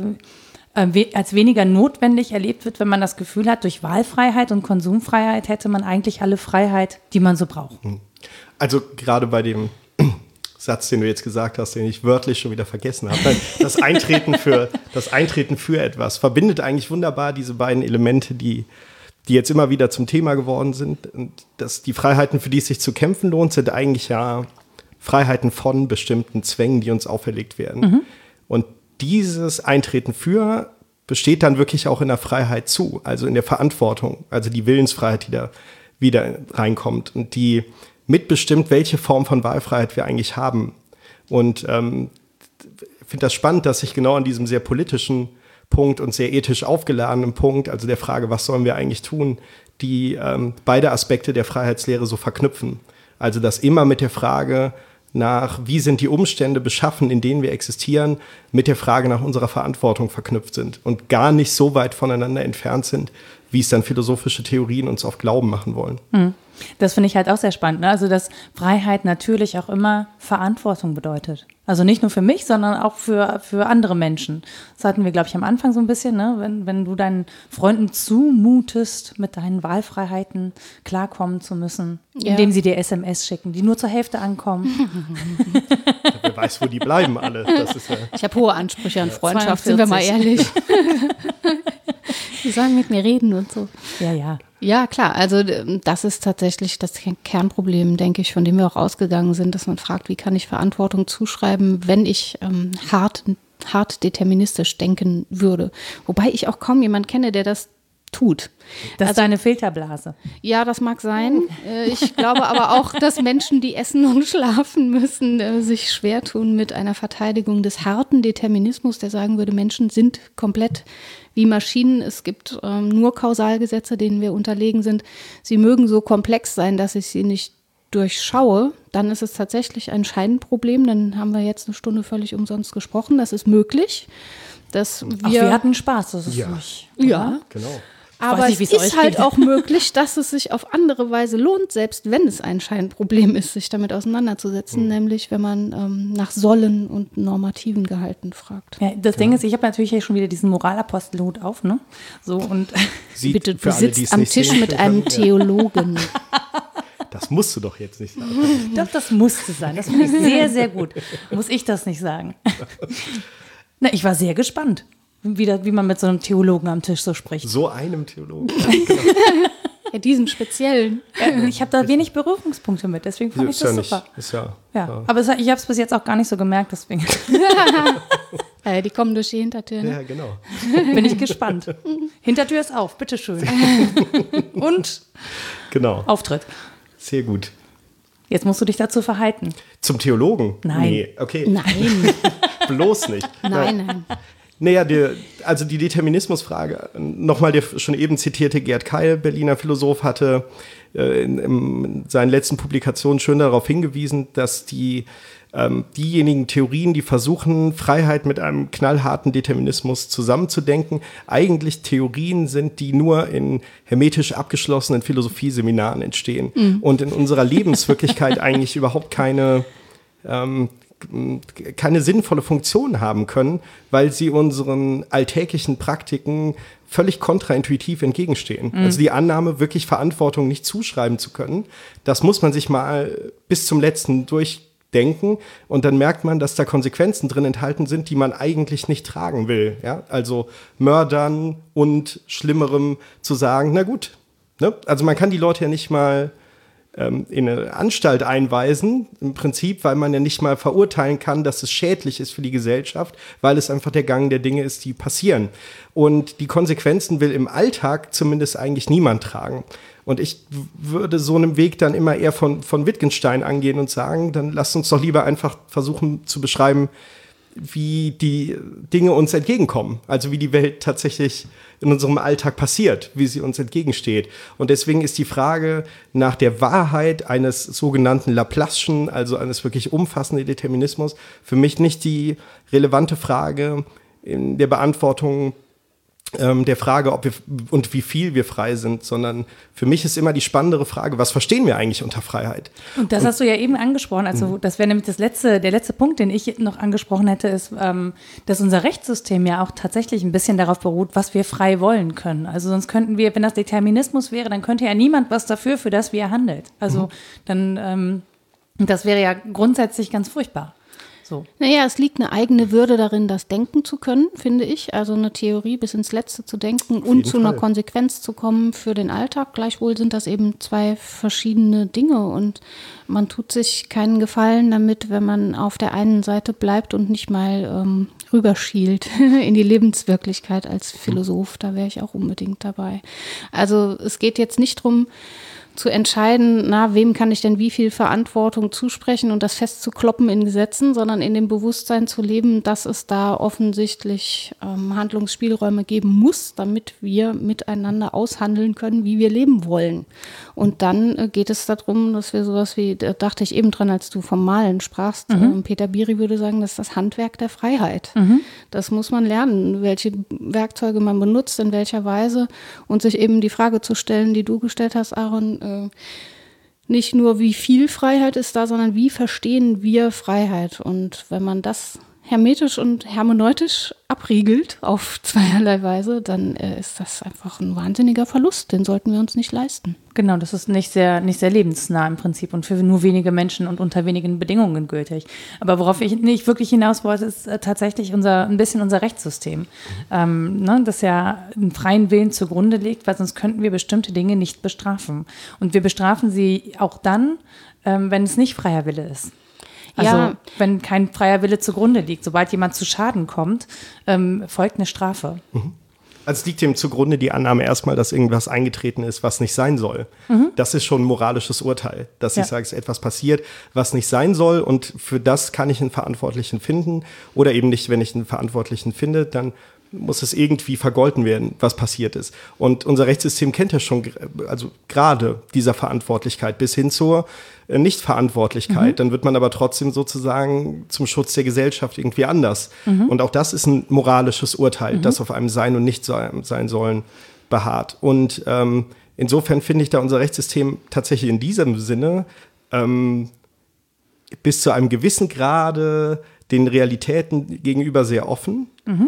als weniger notwendig erlebt wird, wenn man das Gefühl hat, durch Wahlfreiheit und Konsumfreiheit hätte man eigentlich alle Freiheit, die man so braucht. Also gerade bei dem Satz, den du jetzt gesagt hast, den ich wörtlich schon wieder vergessen habe, das Eintreten für etwas verbindet eigentlich wunderbar diese beiden Elemente, die jetzt immer wieder zum Thema geworden sind. Und dass die Freiheiten, für die es sich zu kämpfen lohnt, sind eigentlich ja Freiheiten von bestimmten Zwängen, die uns auferlegt werden. Und dieses Eintreten für besteht dann wirklich auch in der Freiheit zu, also in der Verantwortung, also die Willensfreiheit, die da wieder reinkommt und die mitbestimmt, welche Form von Wahlfreiheit wir eigentlich haben. Und ich finde das spannend, dass sich genau an diesem sehr politischen Punkt und sehr ethisch aufgeladenen Punkt, also der Frage, was sollen wir eigentlich tun, die beide Aspekte der Freiheitslehre so verknüpfen. Also das immer mit der Frage nach, wie sind die Umstände beschaffen, in denen wir existieren, mit der Frage nach unserer Verantwortung verknüpft sind und gar nicht so weit voneinander entfernt sind, wie es dann philosophische Theorien uns oft glauben machen wollen. Das finde ich halt auch sehr spannend, ne? Also dass Freiheit natürlich auch immer Verantwortung bedeutet. Also nicht nur für mich, sondern auch für andere Menschen. Das hatten wir, glaube ich, am Anfang so ein bisschen, ne? Wenn du deinen Freunden zumutest, mit deinen Wahlfreiheiten klarkommen zu müssen, indem sie dir SMS schicken, die nur zur Hälfte ankommen. Wer weiß, wo die bleiben alle. Das ist ja Ich habe hohe Ansprüche an Freundschaft, 42. sind wir mal ehrlich. Die sollen mit mir reden und so. Ja. Ja, klar. Also das ist tatsächlich das Kernproblem, denke ich, von dem wir auch ausgegangen sind, dass man fragt, wie kann ich Verantwortung zuschreiben, wenn ich hart deterministisch denken würde. Wobei ich auch kaum jemanden kenne, der das tut. Das ist eine Filterblase. Ja, das mag sein. Ich glaube aber auch, dass Menschen, die essen und schlafen müssen, sich schwer tun mit einer Verteidigung des harten Determinismus, der sagen würde, Menschen sind komplett wie Maschinen. Es gibt nur Kausalgesetze, denen wir unterlegen sind. Sie mögen so komplex sein, dass ich sie nicht durchschaue. Dann ist es tatsächlich ein Scheinproblem. Dann haben wir jetzt eine Stunde völlig umsonst gesprochen. Das ist möglich. Dass Wir hatten Spaß, das ist Ja. ruhig. Ja, genau. Aber es ist halt auch möglich, dass es sich auf andere Weise lohnt, selbst wenn es ein Scheinproblem ist, sich damit auseinanderzusetzen, nämlich wenn man nach Sollen und normativen Gehalten fragt. Ja, das Ding ist, ich habe natürlich hier schon wieder diesen Moralapostelhut auf, ne? So und bitte, du sitzt am Tisch mit einem Theologen. Das musst du doch jetzt nicht sagen. Doch, das musste sein. Das finde ich sehr, sehr gut. Muss ich das nicht sagen? Na, ich war sehr gespannt, wie man mit so einem Theologen am Tisch so spricht. So einem Theologen. Genau. Ja, diesem speziellen. Ich habe da wenig Berührungspunkte mit, deswegen fand ich das super. Ja. Aber ich habe es bis jetzt auch gar nicht so gemerkt, deswegen. Die kommen durch die Hintertür. Ne? Ja, genau. Bin ich gespannt. Hintertür ist auf, bitteschön. Und Auftritt. Sehr gut. Jetzt musst du dich dazu verhalten. Zum Theologen? Nein. Nee, okay. Nein. Bloß nicht. Nein. Naja, die Determinismusfrage, nochmal der schon eben zitierte Gerd Keil, Berliner Philosoph, hatte in seinen letzten Publikationen schön darauf hingewiesen, dass diejenigen Theorien, die versuchen, Freiheit mit einem knallharten Determinismus zusammenzudenken, eigentlich Theorien sind, die nur in hermetisch abgeschlossenen Philosophieseminaren entstehen und in unserer Lebenswirklichkeit eigentlich überhaupt keine sinnvolle Funktion haben können, weil sie unseren alltäglichen Praktiken völlig kontraintuitiv entgegenstehen. Also die Annahme, wirklich Verantwortung nicht zuschreiben zu können, das muss man sich mal bis zum Letzten durchdenken und dann merkt man, dass da Konsequenzen drin enthalten sind, die man eigentlich nicht tragen will. Ja? Also Mördern und Schlimmerem zu sagen, na gut, ne? Also man kann die Leute ja nicht mal in eine Anstalt einweisen, im Prinzip, weil man ja nicht mal verurteilen kann, dass es schädlich ist für die Gesellschaft, weil es einfach der Gang der Dinge ist, die passieren. Und die Konsequenzen will im Alltag zumindest eigentlich niemand tragen. Und ich würde so einem Weg dann immer eher von Wittgenstein angehen und sagen, dann lasst uns doch lieber einfach versuchen zu beschreiben, wie die Dinge uns entgegenkommen. Also wie die Welt tatsächlich in unserem Alltag passiert, wie sie uns entgegensteht. Und deswegen ist die Frage nach der Wahrheit eines sogenannten Laplace'schen, also eines wirklich umfassenden Determinismus, für mich nicht die relevante Frage in der Beantwortung der Frage, ob wir und wie viel wir frei sind, sondern für mich ist immer die spannendere Frage, was verstehen wir eigentlich unter Freiheit? Und das hast du ja eben angesprochen, also das wäre nämlich der letzte Punkt, den ich noch angesprochen hätte, ist, dass unser Rechtssystem ja auch tatsächlich ein bisschen darauf beruht, was wir frei wollen können. Also sonst könnten wir, wenn das Determinismus wäre, dann könnte ja niemand was dafür, für das wie er handelt. Also dann, das wäre ja grundsätzlich ganz furchtbar. So. Naja, es liegt eine eigene Würde darin, das denken zu können, finde ich. Also eine Theorie bis ins Letzte zu denken und zu einer Konsequenz zu kommen für den Alltag. Gleichwohl sind das eben zwei verschiedene Dinge und man tut sich keinen Gefallen damit, wenn man auf der einen Seite bleibt und nicht mal rüberschielt in die Lebenswirklichkeit als Philosoph. Da wäre ich auch unbedingt dabei. Also es geht jetzt nicht darum, zu entscheiden, wem kann ich denn wie viel Verantwortung zusprechen und das festzukloppen in Gesetzen, sondern in dem Bewusstsein zu leben, dass es da offensichtlich Handlungsspielräume geben muss, damit wir miteinander aushandeln können, wie wir leben wollen. Und dann geht es darum, dass wir sowas wie, da dachte ich eben dran, als du vom Malen sprachst, Peter Biri würde sagen, das ist das Handwerk der Freiheit. Das muss man lernen, welche Werkzeuge man benutzt, in welcher Weise und sich eben die Frage zu stellen, die du gestellt hast, Aaron, nicht nur wie viel Freiheit ist da, sondern wie verstehen wir Freiheit. Und wenn man das hermetisch und hermeneutisch abriegelt auf zweierlei Weise, dann ist das einfach ein wahnsinniger Verlust. Den sollten wir uns nicht leisten. Genau, das ist nicht sehr lebensnah im Prinzip und für nur wenige Menschen und unter wenigen Bedingungen gültig. Aber worauf ich nicht wirklich hinaus wollte, ist tatsächlich ein bisschen unser Rechtssystem, das ja einen freien Willen zugrunde legt, weil sonst könnten wir bestimmte Dinge nicht bestrafen. Und wir bestrafen sie auch dann, wenn es nicht freier Wille ist. Also wenn kein freier Wille zugrunde liegt. Sobald jemand zu Schaden kommt, folgt eine Strafe. Also es liegt dem zugrunde die Annahme erstmal, dass irgendwas eingetreten ist, was nicht sein soll. Das ist schon ein moralisches Urteil, dass ich sage, es ist etwas passiert, was nicht sein soll und für das kann ich einen Verantwortlichen finden oder eben nicht, wenn ich einen Verantwortlichen finde, dann muss es irgendwie vergolten werden, was passiert ist. Und unser Rechtssystem kennt ja schon, also gerade dieser Verantwortlichkeit bis hin zur Nichtverantwortlichkeit. Dann wird man aber trotzdem sozusagen zum Schutz der Gesellschaft irgendwie anders. Und auch das ist ein moralisches Urteil, das auf einem Sein und Nicht-Sein sollen beharrt. Und insofern finde ich da unser Rechtssystem tatsächlich in diesem Sinne bis zu einem gewissen Grade den Realitäten gegenüber sehr offen.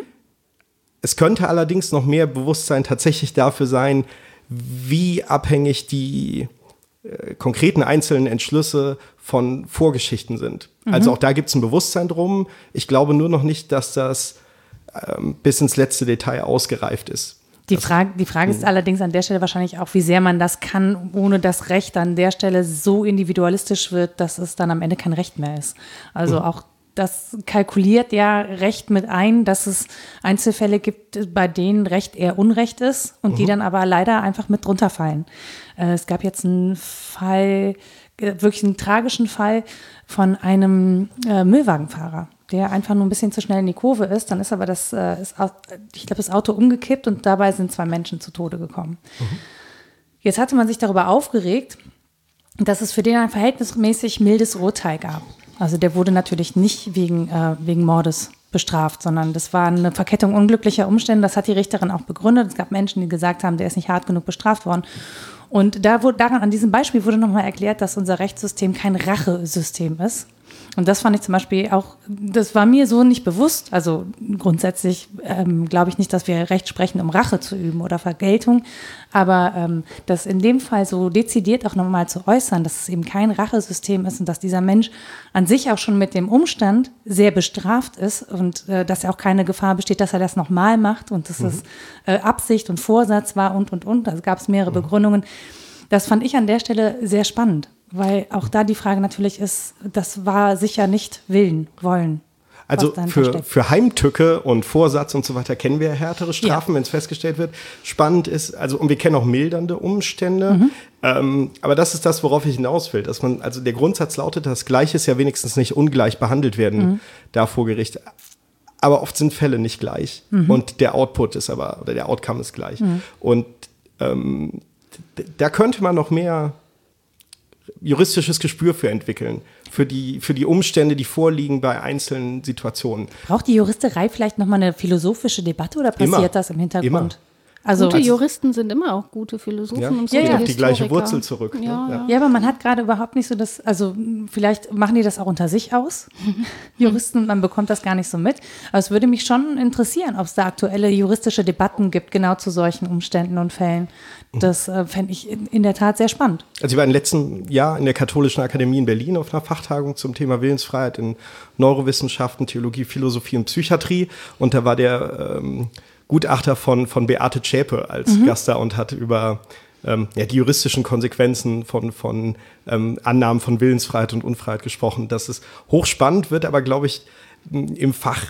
Es könnte allerdings noch mehr Bewusstsein tatsächlich dafür sein, wie abhängig die konkreten einzelnen Entschlüsse von Vorgeschichten sind. Also auch da gibt es ein Bewusstsein drum. Ich glaube nur noch nicht, dass das bis ins letzte Detail ausgereift ist. Die Frage ist allerdings an der Stelle wahrscheinlich auch, wie sehr man das kann, ohne dass Recht an der Stelle so individualistisch wird, dass es dann am Ende kein Recht mehr ist. Also auch das kalkuliert ja Recht mit ein, dass es Einzelfälle gibt, bei denen Recht eher Unrecht ist und die dann aber leider einfach mit drunter fallen. Es gab jetzt einen Fall, wirklich einen tragischen Fall von einem Müllwagenfahrer, der einfach nur ein bisschen zu schnell in die Kurve ist. Dann ist aber das Auto umgekippt und dabei sind 2 Menschen zu Tode gekommen. Jetzt hatte man sich darüber aufgeregt, dass es für den ein verhältnismäßig mildes Urteil gab. Also der wurde natürlich nicht wegen Mordes bestraft, sondern das war eine Verkettung unglücklicher Umstände. Das hat die Richterin auch begründet. Es gab Menschen, die gesagt haben, der ist nicht hart genug bestraft worden. Und an diesem Beispiel wurde nochmal erklärt, dass unser Rechtssystem kein Rachesystem ist. Und das fand ich zum Beispiel auch, das war mir so nicht bewusst. Also grundsätzlich glaube ich nicht, dass wir Recht sprechen, um Rache zu üben oder Vergeltung. Aber das in dem Fall so dezidiert auch nochmal zu äußern, dass es eben kein Rachesystem ist und dass dieser Mensch an sich auch schon mit dem Umstand sehr bestraft ist und dass ja auch keine Gefahr besteht, dass er das nochmal macht und dass es Absicht und Vorsatz war und. Also gab es mehrere Begründungen. Das fand ich an der Stelle sehr spannend. Weil auch da die Frage natürlich ist, das war sicher nicht wollen. Also für Heimtücke und Vorsatz und so weiter kennen wir härtere Strafen, wenn es festgestellt wird. Spannend ist, und wir kennen auch mildernde Umstände. Aber das ist das, worauf ich hinaus will. Dass also der Grundsatz lautet, dass Gleiches ja wenigstens nicht ungleich behandelt werden darf vor Gericht. Aber oft sind Fälle nicht gleich. Und der Output ist oder der Outcome ist gleich. Und da könnte man noch mehr juristisches Gespür für entwickeln, für die Umstände, die vorliegen bei einzelnen Situationen. Braucht die Juristerei vielleicht nochmal eine philosophische Debatte oder passiert das im Hintergrund? Immer. Also gute Juristen sind immer auch gute Philosophen und geht auf die gleiche Wurzel zurück. Ja, aber man hat gerade überhaupt nicht so das, also vielleicht machen die das auch unter sich aus, Juristen, man bekommt das gar nicht so mit. Aber es würde mich schon interessieren, ob es da aktuelle juristische Debatten gibt, genau zu solchen Umständen und Fällen. Das fände ich in der Tat sehr spannend. Also ich war im letzten Jahr in der Katholischen Akademie in Berlin auf einer Fachtagung zum Thema Willensfreiheit in Neurowissenschaften, Theologie, Philosophie und Psychiatrie. Und da war der Gutachter von Beate Zschäpe als Gast da und hat über die juristischen Konsequenzen von Annahmen von Willensfreiheit und Unfreiheit gesprochen. Das ist hochspannend, wird aber, glaube ich, im Fach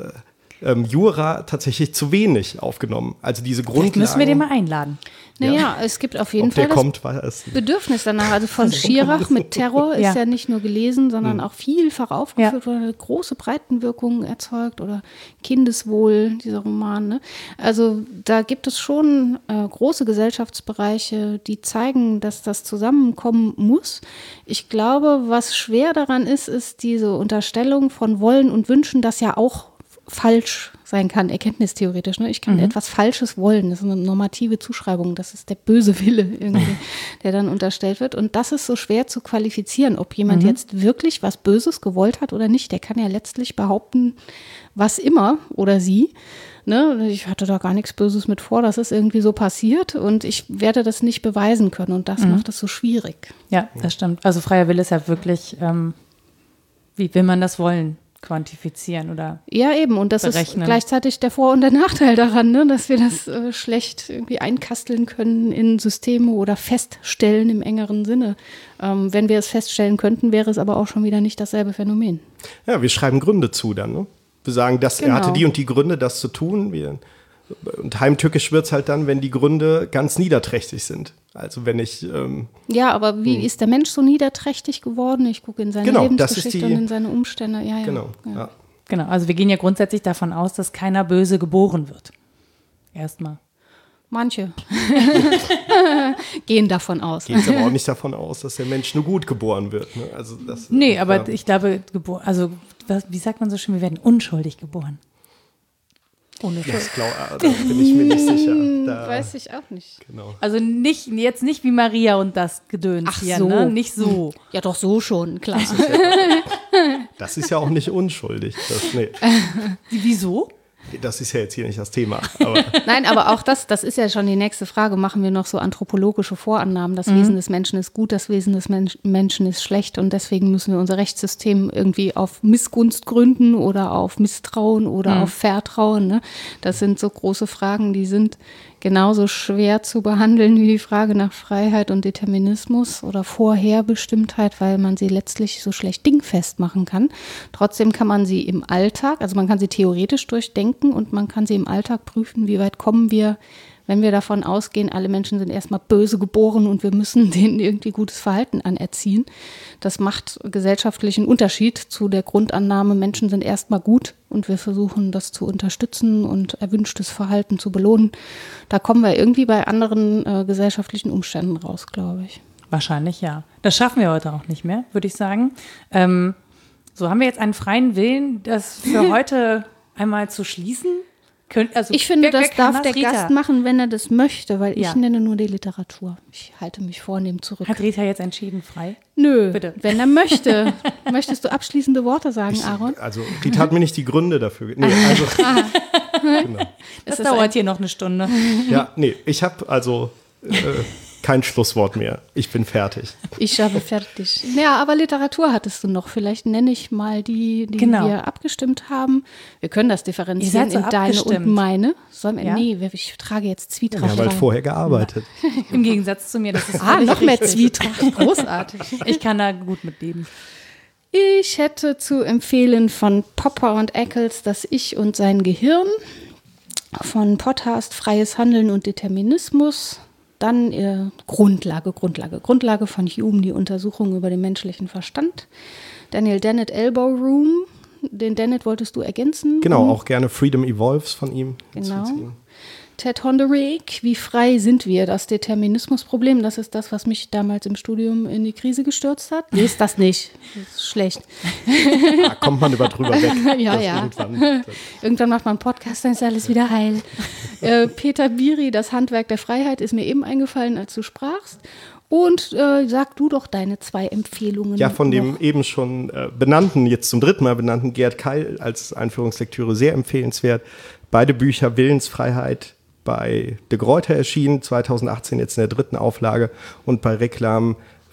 Jura tatsächlich zu wenig aufgenommen. Also diese Grundlagen. Vielleicht müssen wir den mal einladen. Naja, es gibt auf jeden Fall das Bedürfnis danach. Also von Schirach mit Terror ist ja nicht nur gelesen, sondern auch vielfach aufgeführt, wo eine große Breitenwirkung erzeugt oder Kindeswohl, dieser Roman. Ne? Also da gibt es schon große Gesellschaftsbereiche, die zeigen, dass das zusammenkommen muss. Ich glaube, was schwer daran ist diese Unterstellung von Wollen und Wünschen, das ja auch falsch sein kann, erkenntnistheoretisch. Ne? Ich kann etwas Falsches wollen. Das ist eine normative Zuschreibung. Das ist der böse Wille irgendwie, der dann unterstellt wird. Und das ist so schwer zu qualifizieren, ob jemand jetzt wirklich was Böses gewollt hat oder nicht. Der kann ja letztlich behaupten, was immer oder sie. Ne? Ich hatte da gar nichts Böses mit vor. Das ist irgendwie so passiert und ich werde das nicht beweisen können. Und das macht es so schwierig. Ja, das stimmt. Also freier Wille ist ja wirklich, wie will man das wollen? Quantifizieren oder ja, eben. Und das berechnen. Ist gleichzeitig der Vor- und der Nachteil daran, ne? Dass wir das schlecht irgendwie einkasteln können in Systeme oder feststellen im engeren Sinne. Wenn wir es feststellen könnten, wäre es aber auch schon wieder nicht dasselbe Phänomen. Ja, wir schreiben Gründe zu dann. Ne? Wir sagen, er hatte die und die Gründe, das zu tun. Und heimtückisch wird es halt dann, wenn die Gründe ganz niederträchtig sind. Also wenn ich ja, aber wie ist der Mensch so niederträchtig geworden? Ich gucke in seine Lebensgeschichte und in seine Umstände. Ja. Genau, also wir gehen ja grundsätzlich davon aus, dass keiner böse geboren wird. Erstmal. Manche gehen davon aus. Geht aber auch nicht davon aus, dass der Mensch nur gut geboren wird. Ne? Also aber ich glaube, wie sagt man so schön, wir werden unschuldig geboren. Ohne Schuld. Da bin ich mir nicht sicher. Da, Weiß ich auch nicht. genau. Also jetzt nicht wie Maria und das Gedöns Ach hier, so. ne? Nicht so. Ja, doch so schon, klar. Das ist ja auch nicht unschuldig. Wieso? Das ist ja jetzt hier nicht das Thema. Aber Nein, aber auch das ist ja schon die nächste Frage. Machen wir noch so anthropologische Vorannahmen? Das Wesen des Menschen ist gut, das Wesen des Menschen ist schlecht und deswegen müssen wir unser Rechtssystem irgendwie auf Missgunst gründen oder auf Misstrauen oder auf Vertrauen. Ne? Das sind so große Fragen, die sind genauso schwer zu behandeln wie die Frage nach Freiheit und Determinismus oder Vorherbestimmtheit, weil man sie letztlich so schlecht dingfest machen kann. Trotzdem kann man sie im Alltag, also man kann sie theoretisch durchdenken und man kann sie im Alltag prüfen, wie weit kommen wir, wenn wir davon ausgehen, alle Menschen sind erstmal böse geboren und wir müssen denen irgendwie gutes Verhalten anerziehen. Das macht gesellschaftlichen Unterschied zu der Grundannahme, Menschen sind erstmal gut und wir versuchen, das zu unterstützen und erwünschtes Verhalten zu belohnen. Da kommen wir irgendwie bei anderen gesellschaftlichen Umständen raus, glaube ich. Wahrscheinlich ja. Das schaffen wir heute auch nicht mehr, würde ich sagen. So haben wir jetzt einen freien Willen, das für heute einmal zu schließen. Ich finde, das darf der Rita? Gast machen, wenn er das möchte, weil Ja. ich nenne nur die Literatur. Ich halte mich vornehm zurück. Hat Rita jetzt entschieden frei? Nö, Bitte. wenn er möchte. Möchtest du abschließende Worte sagen, Aaron? also Rita hat mir nicht die Gründe dafür. Nee, also, genau. Das ist dauert hier noch eine Stunde. Ja, nee, ich habe also kein Schlusswort mehr. Ich bin fertig. Ich habe fertig. Ja, aber Literatur hattest du noch. Vielleicht nenne ich mal die Genau. wir abgestimmt haben. Wir können das differenzieren Ihr seid so in deine abgestimmt. und meine. Sollen wir? Ja? Nee, ich trage jetzt Zwietracht Wir haben halt rein. vorher gearbeitet. Im Gegensatz zu mir, das ist Ah, völlig noch mehr richtig. Zwietracht. Großartig. Ich kann da gut mit leben. Ich hätte zu empfehlen von Popper und Eccles Das Ich und sein Gehirn, von Potthast Freies Handeln und Determinismus, dann Grundlage von Hume, die Untersuchung über den menschlichen Verstand, Daniel Dennett Elbow Room, den Dennett wolltest du ergänzen? Genau, auch gerne Freedom Evolves von ihm. Genau. hinzuziehen. Ted Honderich, Wie frei sind wir? Das Determinismusproblem, das ist das, was mich damals im Studium in die Krise gestürzt hat. Lest das nicht, das ist schlecht. Da kommt man drüber weg. Ja, dass ja. Irgendwann Macht man einen Podcast, dann ist alles wieder heil. Peter Biri, Das Handwerk der Freiheit, ist mir eben eingefallen, als du sprachst. Und sag du doch deine 2 Empfehlungen. Ja, von dem noch. eben schon benannten, jetzt zum 3. Mal benannten Gerd Keil als Einführungslektüre sehr empfehlenswert. Beide Bücher Willensfreiheit bei De Gruyter erschienen, 2018 jetzt in der 3. Auflage und bei Reklam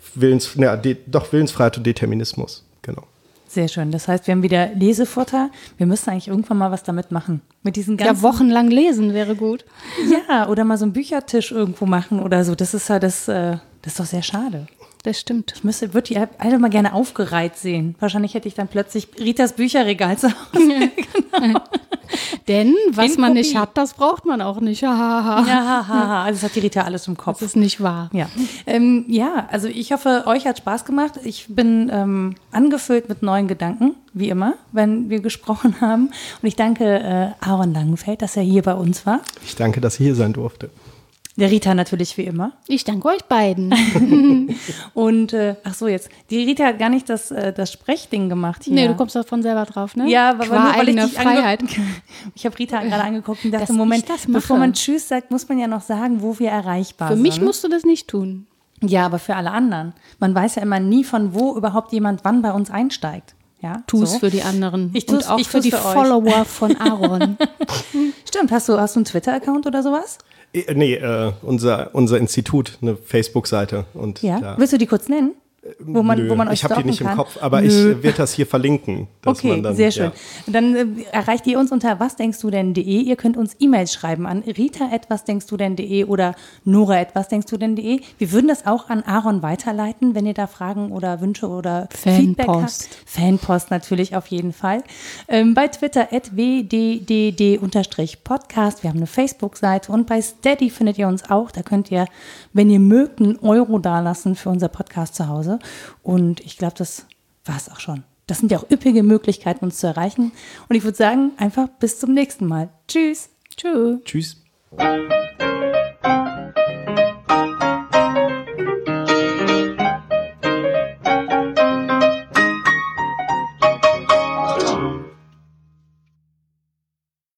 Willensfreiheit und Determinismus. Genau. Sehr schön. Das heißt, wir haben wieder Lesefutter. Wir müssen eigentlich irgendwann mal was damit machen. Mit diesen ganzen. Ja, wochenlang lesen wäre gut. Ja, oder mal so einen Büchertisch irgendwo machen oder so. Das ist ja das ist doch sehr schade. Das stimmt. Ich würde die alle mal gerne aufgereiht sehen. Wahrscheinlich hätte ich dann plötzlich Ritas Bücherregal zu Hause. Denn was In man nicht Kopie. hat, das braucht man auch nicht. Hahaha. Ja, haha. Also das hat die Rita alles im Kopf. Das ist nicht wahr. Ja. Ja, also ich hoffe, euch hat Spaß gemacht. Ich bin angefüllt mit neuen Gedanken, wie immer, wenn wir gesprochen haben. Und ich danke Aaron Langenfeld, dass er hier bei uns war. Ich danke, dass ich hier sein durfte. Der Rita natürlich wie immer. Ich danke euch beiden. Und, ach so, jetzt, die Rita hat gar nicht das Sprechding gemacht hier. Nee, du kommst davon selber drauf, ne? Ja, aber Qua nur, weil ich eigener dich Freiheit. Ich habe Rita gerade angeguckt und dachte, Dass Moment, ich das mache. bevor man Tschüss sagt, muss man ja noch sagen, wo wir erreichbar Für sind. mich musst du das nicht tun. Ja, aber für alle anderen. Man weiß ja immer nie, von wo überhaupt jemand wann bei uns einsteigt. Ja, Tu es so. für die anderen. Ich tu's- und auch ich für tu's die für euch. Follower von Aaron. Stimmt, hast du einen Twitter-Account oder sowas? Nee, unser Institut, eine Facebook-Seite. Und Ja. da, Willst du die kurz nennen? Wo man euch ich habe die stalken nicht kann? im Kopf, aber Nö. ich werde das hier verlinken. Dass Okay, man dann, sehr schön. Ja. Dann erreicht ihr uns unter wasdenkstudenn.de. Ihr könnt uns E-Mails schreiben an rita@wasdenkstudenn.de oder nora@wasdenkstudenn.de. Wir würden das auch an Aaron weiterleiten, wenn ihr da Fragen oder Wünsche oder Feedback habt. Fanpost natürlich auf jeden Fall. Bei Twitter @wddd_podcast. Wir haben eine Facebook-Seite und bei Steady findet ihr uns auch. Da könnt ihr, wenn ihr mögt, einen Euro dalassen für unser Podcast zu Hause. Und ich glaube, das war es auch schon. Das sind ja auch üppige Möglichkeiten, uns zu erreichen. Und ich würde sagen, einfach bis zum nächsten Mal. Tschüss. Tschüss. Tschüss.